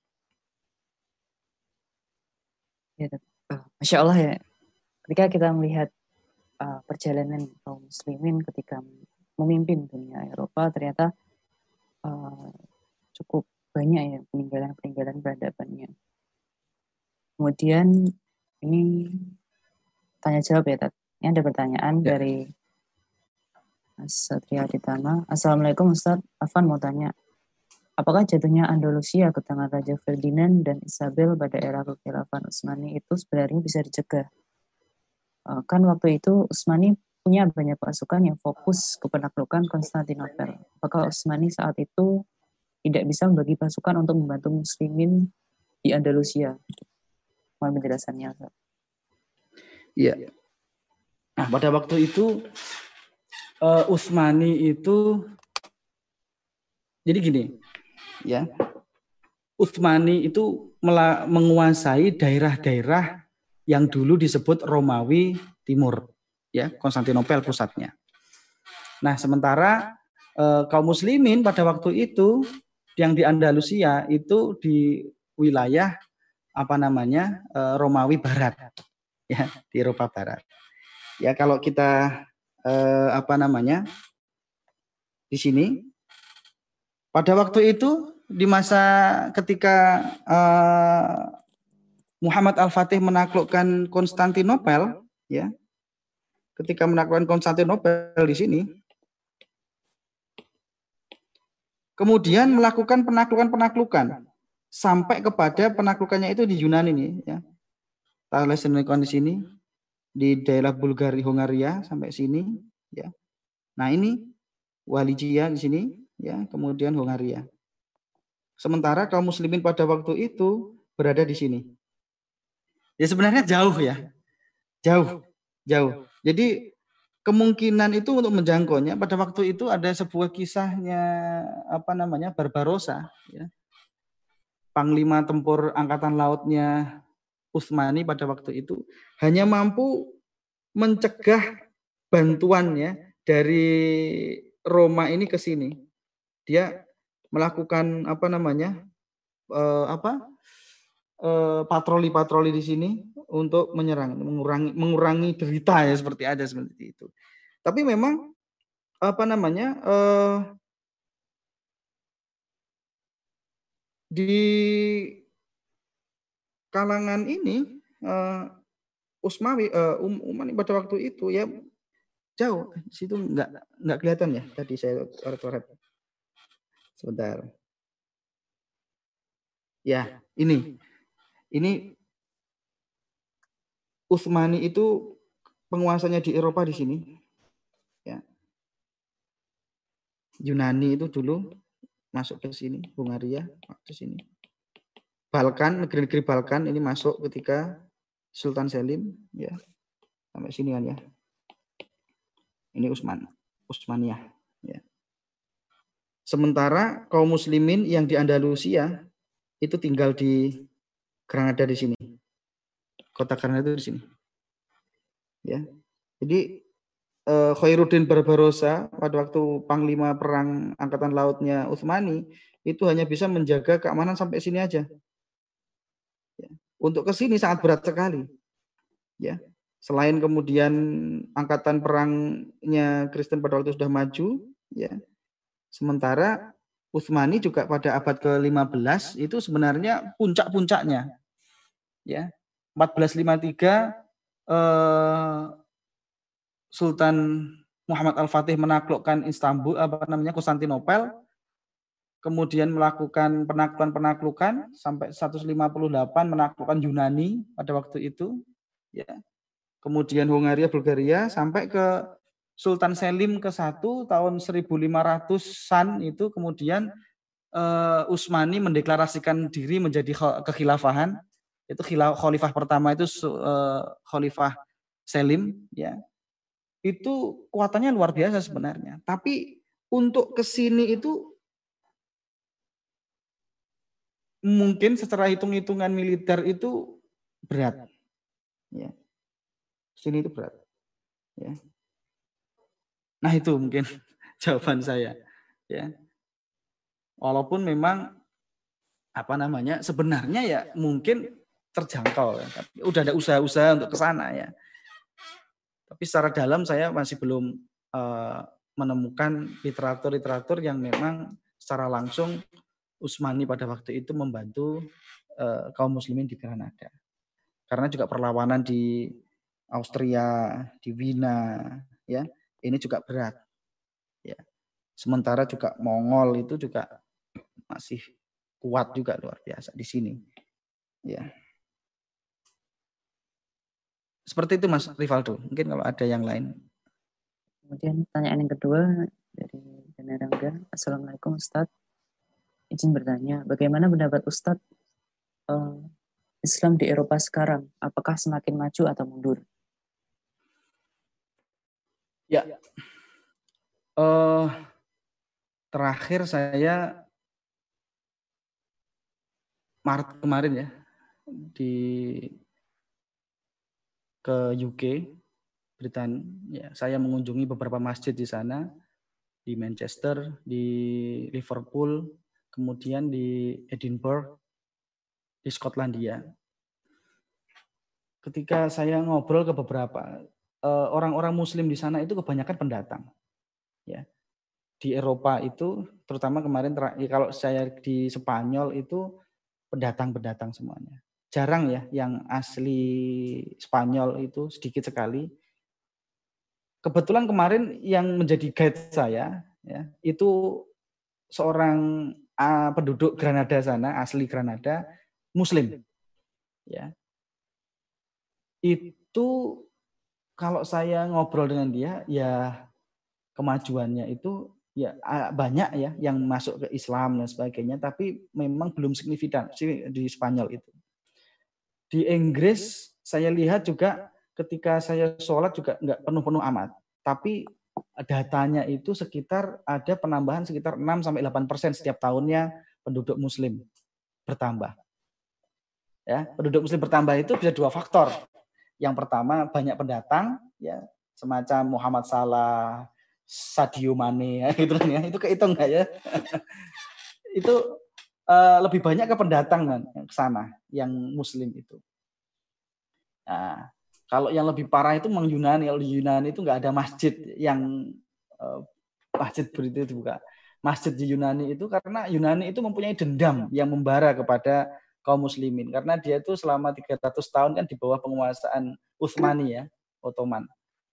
[SPEAKER 1] Ya, Masya Allah, ya. Ketika kita melihat uh, perjalanan kaum muslimin ketika memimpin dunia Eropa, ternyata uh, cukup banyak ya peninggalan-peninggalan peradabannya. Kemudian ini tanya jawab ya, Tat. Ini ada pertanyaan ya. Dari Mas Satria Ditama. Assalamualaikum Ustaz, Afan mau tanya, apakah jatuhnya Andalusia ke tangan Raja Ferdinand dan Isabel pada era kekhilafan Utsmani itu sebenarnya bisa dicegah? Kan waktu itu Utsmani punya banyak pasukan yang fokus ke penaklukan Konstantinopel. Apakah Utsmani saat itu tidak bisa membagi pasukan untuk membantu muslimin di Andalusia? Mohon penjelasannya.
[SPEAKER 2] Iya. Nah, pada waktu itu uh, Utsmani itu jadi gini, ya. Utsmani itu menguasai daerah-daerah yang dulu disebut Romawi Timur, ya, Konstantinopel pusatnya. Nah, sementara eh, kaum muslimin pada waktu itu yang di Andalusia itu di wilayah apa namanya eh, Romawi Barat, ya, di Eropa Barat. Ya, kalau kita eh, apa namanya di sini pada waktu itu di masa ketika uh, Muhammad Al-Fatih menaklukkan Konstantinopel, ya, ketika menaklukkan Konstantinopel di sini, kemudian melakukan penaklukan-penaklukan sampai kepada penaklukannya itu di Yunani nih, ya. Thales di sini, di daerah Bulgaria, Hungaria sampai sini, ya. Nah ini Waligia di sini, ya, kemudian Hungaria. Sementara kaum muslimin pada waktu itu berada di sini. Ya sebenarnya jauh ya. Jauh. Jauh. Jadi kemungkinan itu untuk menjangkaunya pada waktu itu ada sebuah kisahnya apa namanya Barbarossa, ya. Panglima tempur angkatan lautnya Utsmani pada waktu itu hanya mampu mencegah bantuannya dari Roma ini ke sini. Dia melakukan apa namanya eh, apa eh, patroli-patroli di sini untuk menyerang, mengurangi mengurangi derita ya seperti ada seperti itu. Tapi memang apa namanya eh, di kalangan ini eh, Usmawi uh, um, Umani pada waktu itu ya jauh situ nggak nggak kelihatan ya tadi saya coret-coret sebentar ya ini ini Utsmani itu penguasanya di Eropa di sini, ya. Yunani itu dulu masuk ke sini, Hungaria ke sini, Balkan, negeri-negeri Balkan ini masuk ketika Sultan Selim, ya, sampai sini kan ya. Ini Utsman, Utsmaniyah, ya. Sementara kaum muslimin yang di Andalusia itu tinggal di Granada di sini. Kota Granada itu di sini. Ya. Jadi eh, Khairuddin Barbarossa pada waktu panglima perang angkatan lautnya Utsmani itu hanya bisa menjaga keamanan sampai sini aja. Ya. Untuk ke sini sangat berat sekali. Ya. Selain kemudian angkatan perangnya Kristen pada waktu sudah maju, ya. Sementara Utsmani juga pada abad ke lima belas itu sebenarnya puncak-puncaknya. Ya. empat belas lima puluh tiga eh, Sultan Muhammad Al-Fatih menaklukkan Istanbul apa namanya Konstantinopel, kemudian melakukan penaklukan-penaklukan sampai seratus lima puluh delapan menaklukkan Yunani pada waktu itu, ya. Kemudian Hungaria, Bulgaria sampai ke Sultan Selim ke satu tahun seribu lima ratusan itu kemudian uh, Utsmani mendeklarasikan diri menjadi kekhilafahan. Itu khalifah pertama itu uh, Khalifah Selim, ya. Itu kuatannya luar biasa sebenarnya. Tapi untuk ke sini itu mungkin secara hitung-hitungan militer itu berat. Ya. Sini itu berat. Ya. Nah itu mungkin jawaban saya. Ya. Walaupun memang apa namanya sebenarnya ya mungkin terjangkau. Ya. Tapi udah ada usaha-usaha untuk ke sana ya. Tapi secara dalam saya masih belum uh, menemukan literatur-literatur yang memang secara langsung Utsmani pada waktu itu membantu uh, kaum muslimin di Granada. Karena juga perlawanan di Austria, di Wina, ya, ini juga berat. Ya. Sementara juga Mongol itu juga masih kuat juga luar biasa di sini. Ya. Seperti itu Mas Rivaldo. Mungkin kalau ada yang lain.
[SPEAKER 1] Kemudian pertanyaan yang kedua dari Dana Rangga. Assalamualaikum Ustadz. Izin bertanya, bagaimana pendapat Ustadz uh, Islam di Eropa sekarang? Apakah semakin maju atau mundur?
[SPEAKER 2] Ya, Uh, terakhir saya Maret kemarin ya di ke U K, Britania. Ya, saya mengunjungi beberapa masjid di sana, di Manchester, di Liverpool, kemudian di Edinburgh, di Skotlandia. Ketika saya ngobrol ke beberapa uh, orang-orang Muslim di sana itu kebanyakan pendatang. Ya, di Eropa itu, terutama kemarin ya, kalau saya di Spanyol itu pendatang-pendatang semuanya. Jarang ya yang asli Spanyol itu, sedikit sekali. Kebetulan kemarin yang menjadi guide saya ya, itu seorang uh, penduduk Granada sana, asli Granada, Muslim. Ya. Itu kalau saya ngobrol dengan dia, ya kemajuannya itu ya banyak ya yang masuk ke Islam dan sebagainya, tapi memang belum signifikan sih di Spanyol itu. Di Inggris saya lihat juga ketika saya sholat juga nggak penuh-penuh amat, tapi datanya itu sekitar ada penambahan sekitar enam sampai delapan persen setiap tahunnya penduduk Muslim bertambah. Ya, penduduk Muslim bertambah itu bisa dua faktor. Yang pertama banyak pendatang, ya semacam Muhammad Salah, Sadio Mane, ya, gitu kan ya. Itu kehitung nggak ya? Itu uh, lebih banyak ke pendatang kan ke sana yang Muslim itu. Nah, kalau yang lebih parah itu memang Yunani. Kalau di Yunani itu nggak ada masjid yang uh, masjid begitu dibuka. Masjid di Yunani itu karena Yunani itu mempunyai dendam yang membara kepada kaum muslimin karena dia itu selama tiga ratus tahun kan di bawah penguasaan Utsmani ya, Ottoman.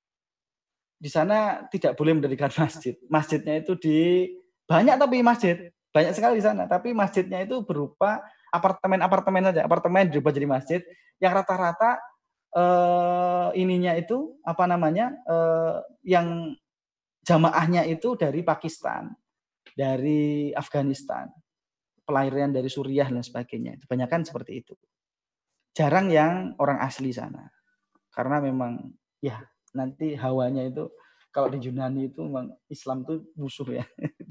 [SPEAKER 2] Di sana tidak boleh mendirikan masjid. Masjidnya itu di banyak tapi masjid, banyak sekali di sana, tapi masjidnya itu berupa apartemen-apartemen saja, apartemen diubah jadi masjid yang rata-rata eh, ininya itu apa namanya? Eh, yang jamaahnya itu dari Pakistan, dari Afghanistan, pelarian dari Suriah dan sebagainya. Kebanyakan seperti itu. Jarang yang orang asli sana. Karena memang ya nanti hawanya itu kalau di Yunani itu memang Islam itu musuh ya.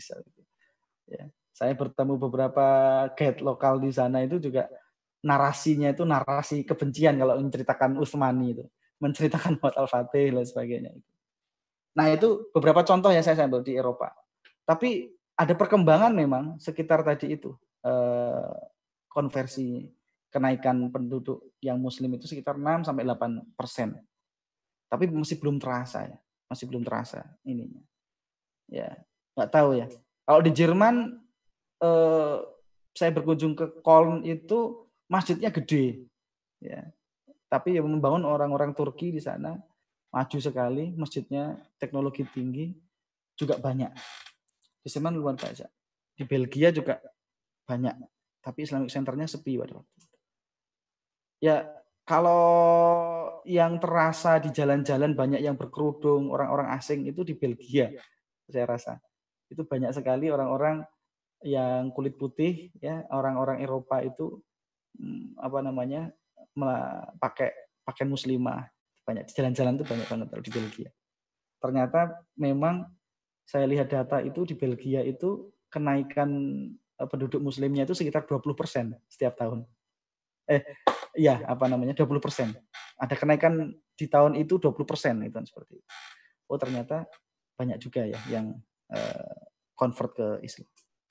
[SPEAKER 2] ya. Saya bertemu beberapa guide lokal di sana itu juga narasinya itu narasi kebencian kalau menceritakan Utsmani itu, menceritakan Muhammad Al-Fatih dan sebagainya. Nah itu beberapa contoh yang saya ambil di Eropa. Tapi ada perkembangan memang sekitar tadi itu eh, konversi kenaikan penduduk yang Muslim itu sekitar enam sampai delapan persen. Tapi masih belum terasa ya, masih belum terasa ininya. Ya, nggak tahu ya. Kalau di Jerman, eh, saya berkunjung ke Köln itu masjidnya gede, ya. Tapi yang membangun orang-orang Turki di sana maju sekali, masjidnya teknologi tinggi juga banyak. Di Jerman luar biasa. Di Belgia juga banyak, tapi Islamic Center-nya sepi pada waktu itu. Ya, kalau yang terasa di jalan-jalan banyak yang berkerudung, orang-orang asing itu di Belgia, saya rasa. Itu banyak sekali orang-orang yang kulit putih, ya, orang-orang Eropa itu apa namanya pakai pakaian muslimah, banyak di jalan-jalan itu banyak banget di Belgia. Ternyata memang saya lihat data itu di Belgia itu kenaikan penduduk muslimnya itu sekitar dua puluh persen setiap tahun. Eh, iya, apa namanya, dua puluh persen. Ada kenaikan di tahun itu dua puluh persen itu seperti itu. Oh, ternyata banyak juga ya yang uh, convert ke Islam.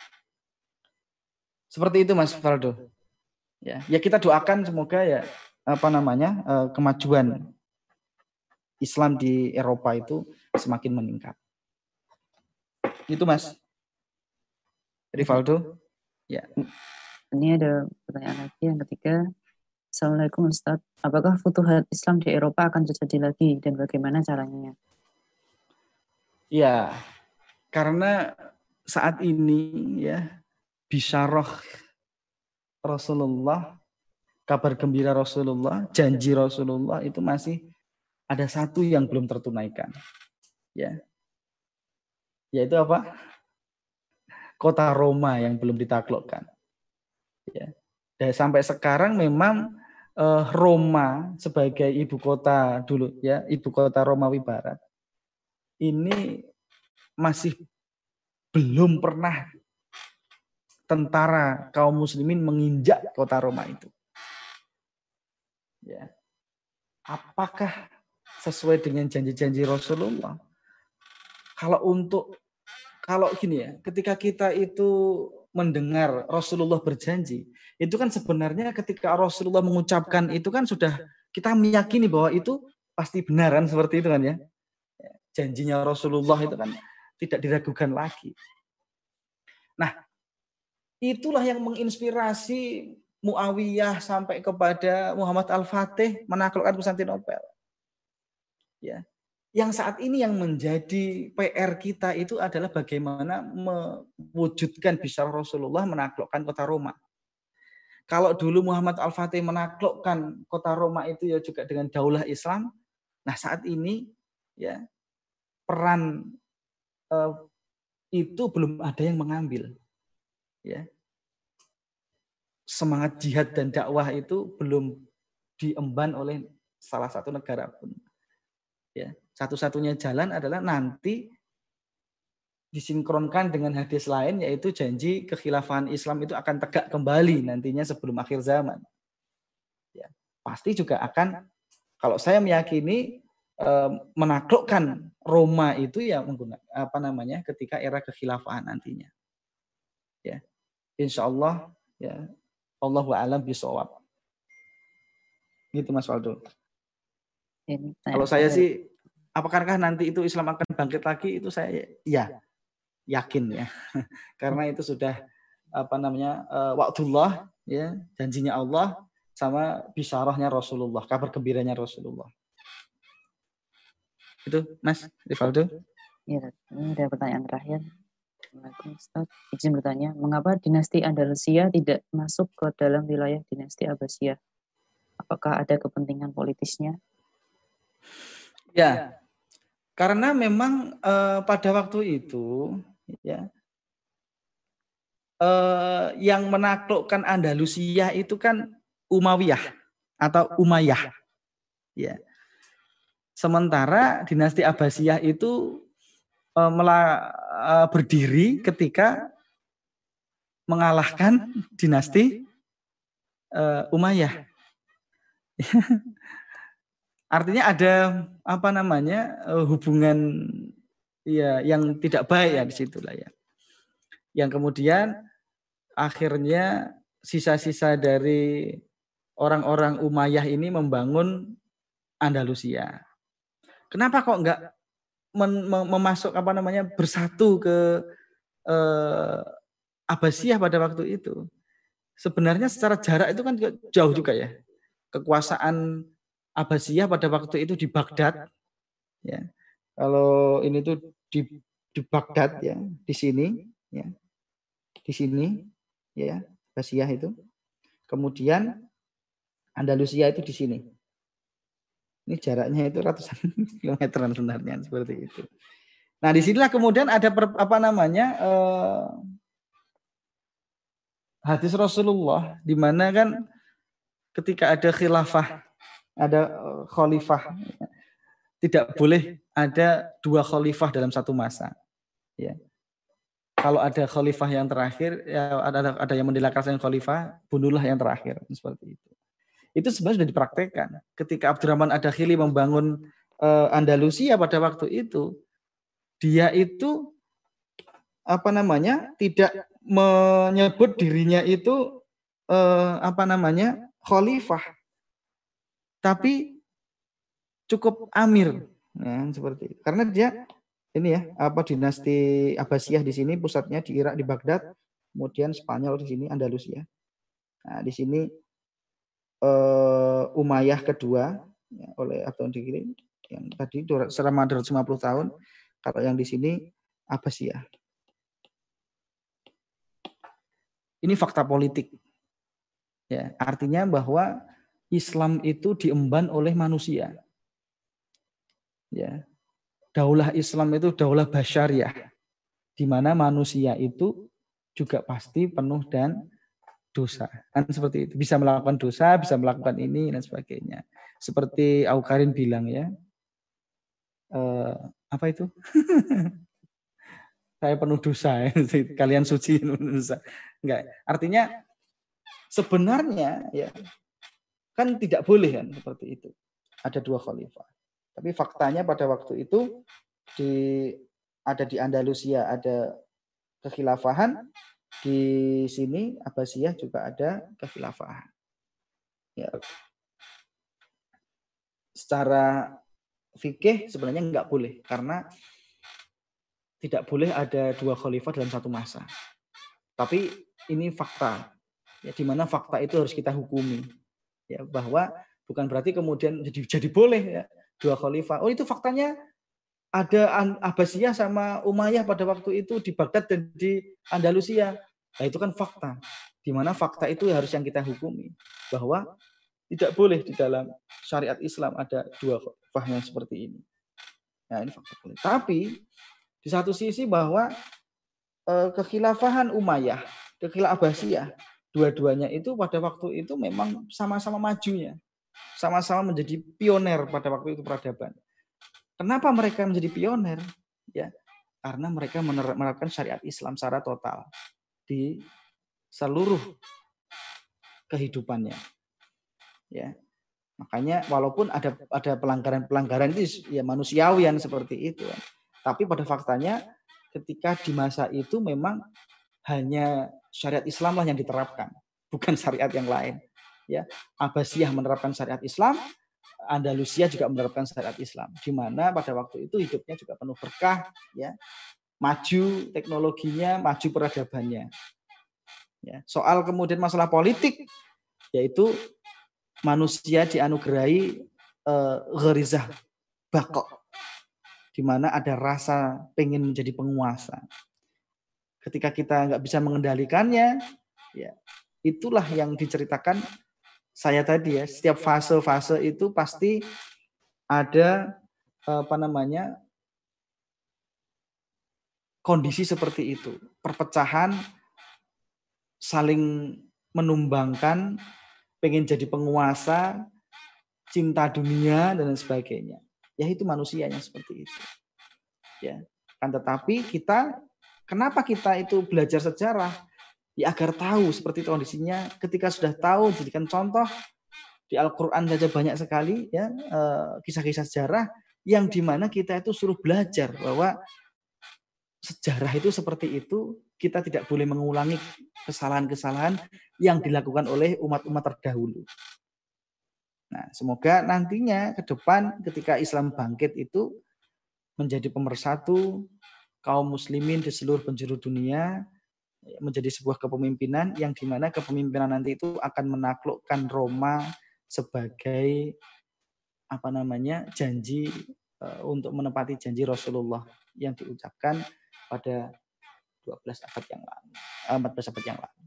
[SPEAKER 2] Seperti itu Mas Valdo. Ya, ya kita doakan semoga ya apa namanya uh, kemajuan Islam di Eropa itu semakin meningkat. Itu Mas Rivaldo. Ya.
[SPEAKER 1] Ini ada pertanyaan lagi yang ketiga. Assalamualaikum Ustadz. Apakah futuhat Islam di Eropa akan terjadi lagi dan bagaimana caranya?
[SPEAKER 2] Ya, karena saat ini ya bisyarah Rasulullah, kabar gembira Rasulullah, janji Rasulullah itu masih ada satu yang belum tertunaikan. Ya. Yaitu apa? Kota Roma yang belum ditaklukkan. Ya. Dan sampai sekarang memang eh, Roma sebagai ibu kota dulu ya, ibu kota Romawi Barat ini masih belum pernah tentara kaum muslimin menginjak kota Roma itu. Ya. Apakah sesuai dengan janji-janji Rasulullah? Kalau untuk kalau gini ya, ketika kita itu mendengar Rasulullah berjanji, itu kan sebenarnya ketika Rasulullah mengucapkan itu kan sudah kita meyakini bahwa itu pasti benar kan, seperti itu kan ya. Janjinya Rasulullah itu kan tidak diragukan lagi. Nah, itulah yang menginspirasi Muawiyah sampai kepada Muhammad Al-Fatih menaklukkan Konstantinopel. Ya. Yang saat ini yang menjadi P R kita itu adalah bagaimana mewujudkan bisyarah Rasulullah menaklukkan kota Roma. Kalau dulu Muhammad Al-Fatih menaklukkan kota Roma itu ya juga dengan daulah Islam. Nah, saat ini ya peran eh, itu belum ada yang mengambil. Ya. Semangat jihad dan dakwah itu belum diemban oleh salah satu negara pun. Ya, satu-satunya jalan adalah nanti disinkronkan dengan hadis lain, yaitu janji kekhilafahan Islam itu akan tegak kembali nantinya sebelum akhir zaman. Ya, pasti juga akan, kalau saya meyakini eh, menaklukkan Roma itu ya menggunakan apa namanya ketika era kekhilafahan nantinya. Ya, insya Allah ya. Allahu a'lam bishawab. Gitu Mas Waldo. Ini, Kalau saya sih, apakah nanti itu Islam akan bangkit lagi? Itu saya ya yakin ya, karena itu sudah apa namanya uh, waktullah ya, janjinya Allah sama bisyarahnya Rasulullah, kabar gembiranya Rasulullah. Itu Mas Rivaldo.
[SPEAKER 1] Ya, ini ada pertanyaan terakhir. Ustaz, izin bertanya, mengapa dinasti Andalusia tidak masuk ke dalam wilayah dinasti Abbasiyah? Apakah ada kepentingan politisnya?
[SPEAKER 2] Ya, karena memang uh, pada waktu itu, ya, uh, yang menaklukkan Andalusia itu kan Umayyah atau Umayyah, ya. Sementara dinasti Abbasiyah itu uh, mela, uh, berdiri ketika mengalahkan dinasti uh, Umayyah. Artinya ada apa namanya hubungan ya yang tidak baik ya di situlah ya. Yang kemudian akhirnya sisa-sisa dari orang-orang Umayyah ini membangun Andalusia. Kenapa kok enggak memasuk apa namanya bersatu ke eh, Abbasiyah pada waktu itu? Sebenarnya secara jarak itu kan jauh juga ya. Kekuasaan Abbasiyah pada waktu itu di Baghdad, ya. Kalau ini tuh di, di Baghdad ya, di sini, ya, di sini, ya, Abbasiyah itu. Kemudian Andalusia itu di sini. Ini jaraknya itu ratusan kilometeran sebenarnya seperti itu. Nah, disinilah kemudian ada per, apa namanya eh, hadis Rasulullah, di mana kan ketika ada khilafah, ada khalifah, tidak boleh ada dua khalifah dalam satu masa. Ya. Kalau ada khalifah yang terakhir, ya ada ada yang mendilaklakan khalifah, bunuhlah yang terakhir, seperti itu. Itu sebenarnya sudah dipraktekkan. Ketika Abdurrahman Ad-Dakhili membangun uh, Andalusia pada waktu itu, dia itu apa namanya tidak menyebut dirinya itu uh, apa namanya khalifah, tapi cukup amir, ya, seperti itu. Karena dia ini ya apa dinasti Abbasiyah di sini pusatnya di Irak di Baghdad, kemudian Spanyol di sini Andalusia. Nah, di sini uh, Umayyah kedua ya, oleh Abdul Dakhili yang tadi selama dua ratus lima puluh tahun. Kalau yang di sini Abbasiyah. Ini fakta politik. Ya, artinya bahwa Islam itu diemban oleh manusia. Ya. Daulah Islam itu daulah basyariah, di mana manusia itu juga pasti penuh dan dosa. Kan seperti itu. Bisa melakukan dosa, bisa melakukan ini dan sebagainya. Seperti Aukarin bilang ya. Eh, apa itu? saya penuh dosa, kalian suci dosa. Enggak. Artinya sebenarnya ya kan tidak boleh kan seperti itu. Ada dua khalifah. Tapi faktanya pada waktu itu di ada di Andalusia ada kekhilafahan, di sini Abbasiyah juga ada kekhilafahan. Ya. Secara fikih sebenarnya enggak boleh karena tidak boleh ada dua khalifah dalam satu masa. Tapi ini fakta. Ya, di mana fakta itu harus kita hukumi. Ya, bahwa bukan berarti kemudian jadi jadi boleh ya dua khalifah. Oh, itu faktanya ada Abbasiyah sama Umayyah pada waktu itu di Baghdad dan di Andalusia. Nah, itu kan fakta. Di mana fakta itu harus yang kita hukumi. Bahwa tidak boleh di dalam syariat Islam ada dua khalifah yang seperti ini. Nah, ini fakta boleh. Tapi di satu sisi bahwa eh, kekhilafahan Umayyah, kekhilafahan Abbasiyah, dua-duanya itu pada waktu itu memang sama-sama majunya. Sama-sama menjadi pioner pada waktu itu peradaban. Kenapa mereka menjadi pioner? Ya, karena mereka menerapkan syariat Islam secara total di seluruh kehidupannya. Ya. Makanya walaupun ada ada pelanggaran-pelanggaran itu ya manusiawian seperti itu. Tapi pada faktanya ketika di masa itu memang hanya syariat Islam lah yang diterapkan, bukan syariat yang lain. Ya, Abbasiyah menerapkan syariat Islam, Andalusia juga menerapkan syariat Islam, di mana pada waktu itu hidupnya juga penuh berkah, ya, maju teknologinya, maju peradabannya. Ya, soal kemudian masalah politik, yaitu manusia dianugerahi eh, gharizah bakok, di mana ada rasa pengen menjadi penguasa. Ketika kita nggak bisa mengendalikannya, ya itulah yang diceritakan saya tadi ya. Setiap fase-fase itu pasti ada apa namanya kondisi seperti itu, perpecahan, saling menumbangkan, pengen jadi penguasa, cinta dunia dan sebagainya. Ya itu manusianya seperti itu. Ya, kan tetapi kita kenapa kita itu belajar sejarah? Ya agar tahu seperti itu kondisinya. Ketika sudah tahu, jadikan contoh. Di Al-Quran saja banyak sekali ya kisah-kisah sejarah yang dimana kita itu suruh belajar bahwa sejarah itu seperti itu, kita tidak boleh mengulangi kesalahan-kesalahan yang dilakukan oleh umat-umat terdahulu. Nah, semoga nantinya ke depan ketika Islam bangkit itu menjadi pemersatu kaum muslimin di seluruh penjuru dunia, menjadi sebuah kepemimpinan yang dimana kepemimpinan nanti itu akan menaklukkan Roma sebagai apa namanya janji uh, untuk menepati janji Rasulullah yang diucapkan pada dua belas abad yang lalu, empat belas abad yang lalu.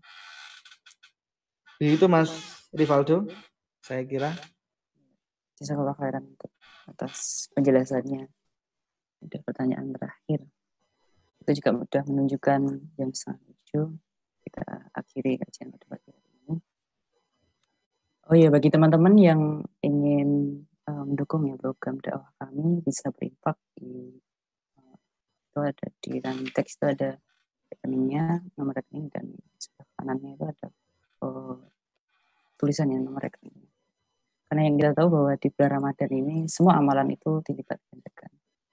[SPEAKER 2] Itu Mas Rivaldo, saya kira.
[SPEAKER 1] Jazakallah khairan atas penjelasannya. Ada pertanyaan terakhir. Itu juga sudah menunjukkan jam setengah tujuh. Kita akhiri kajian pada pagi hari ini. Oh ya, bagi teman-teman yang ingin uh, mendukung ya program dakwah kami, bisa berinfak di uh, itu ada di dalam teks itu ada rekeningnya, nomor rekening, dan sebelah kanannya itu ada uh, tulisannya nomor rekening. Karena yang kita tahu bahwa di bulan Ramadan ini semua amalan itu dilipat gandakan.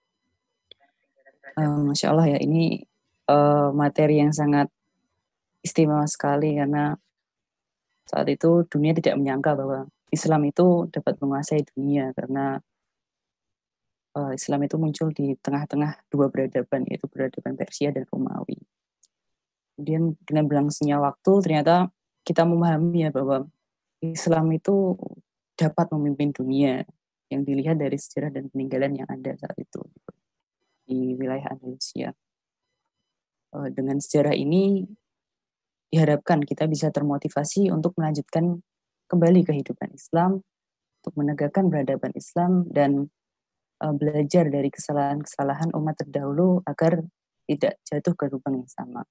[SPEAKER 1] Uh, Masya Allah ya, ini uh, materi yang sangat istimewa sekali karena saat itu dunia tidak menyangka bahwa Islam itu dapat menguasai dunia karena uh, Islam itu muncul di tengah-tengah dua peradaban, yaitu peradaban Persia dan Romawi. Kemudian dengan berlangsungnya waktu ternyata kita memahami ya bahwa Islam itu dapat memimpin dunia yang dilihat dari sejarah dan peninggalan yang ada saat itu di wilayah Andalusia. Uh, dengan sejarah ini diharapkan kita bisa termotivasi untuk melanjutkan kembali kehidupan Islam, untuk menegakkan peradaban Islam, dan uh, belajar dari kesalahan-kesalahan umat terdahulu agar tidak jatuh ke lubang yang sama.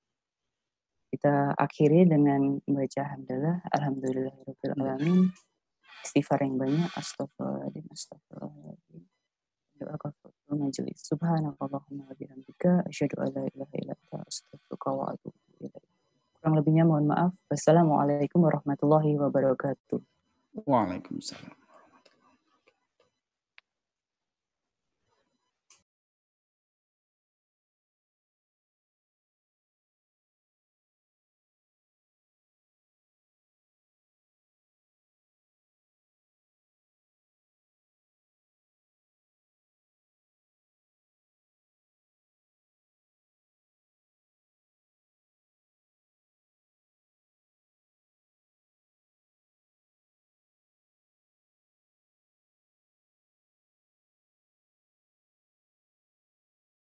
[SPEAKER 1] Kita akhiri dengan membaca hamdalah, alhamdulillahirabbil alamin, istighfar yang banyak, astagfirullahaladzim, astagfirullahaladzim. doa kafatul majlis. Subhanakallahumma wa bihamdika asyhadu an la ilaha illa anta astaghfiruka wa atubu ilaik. Kurang lebihnya mohon maaf. Wassalamualaikum warahmatullahi wabarakatuh.
[SPEAKER 2] Waalaikumsalam.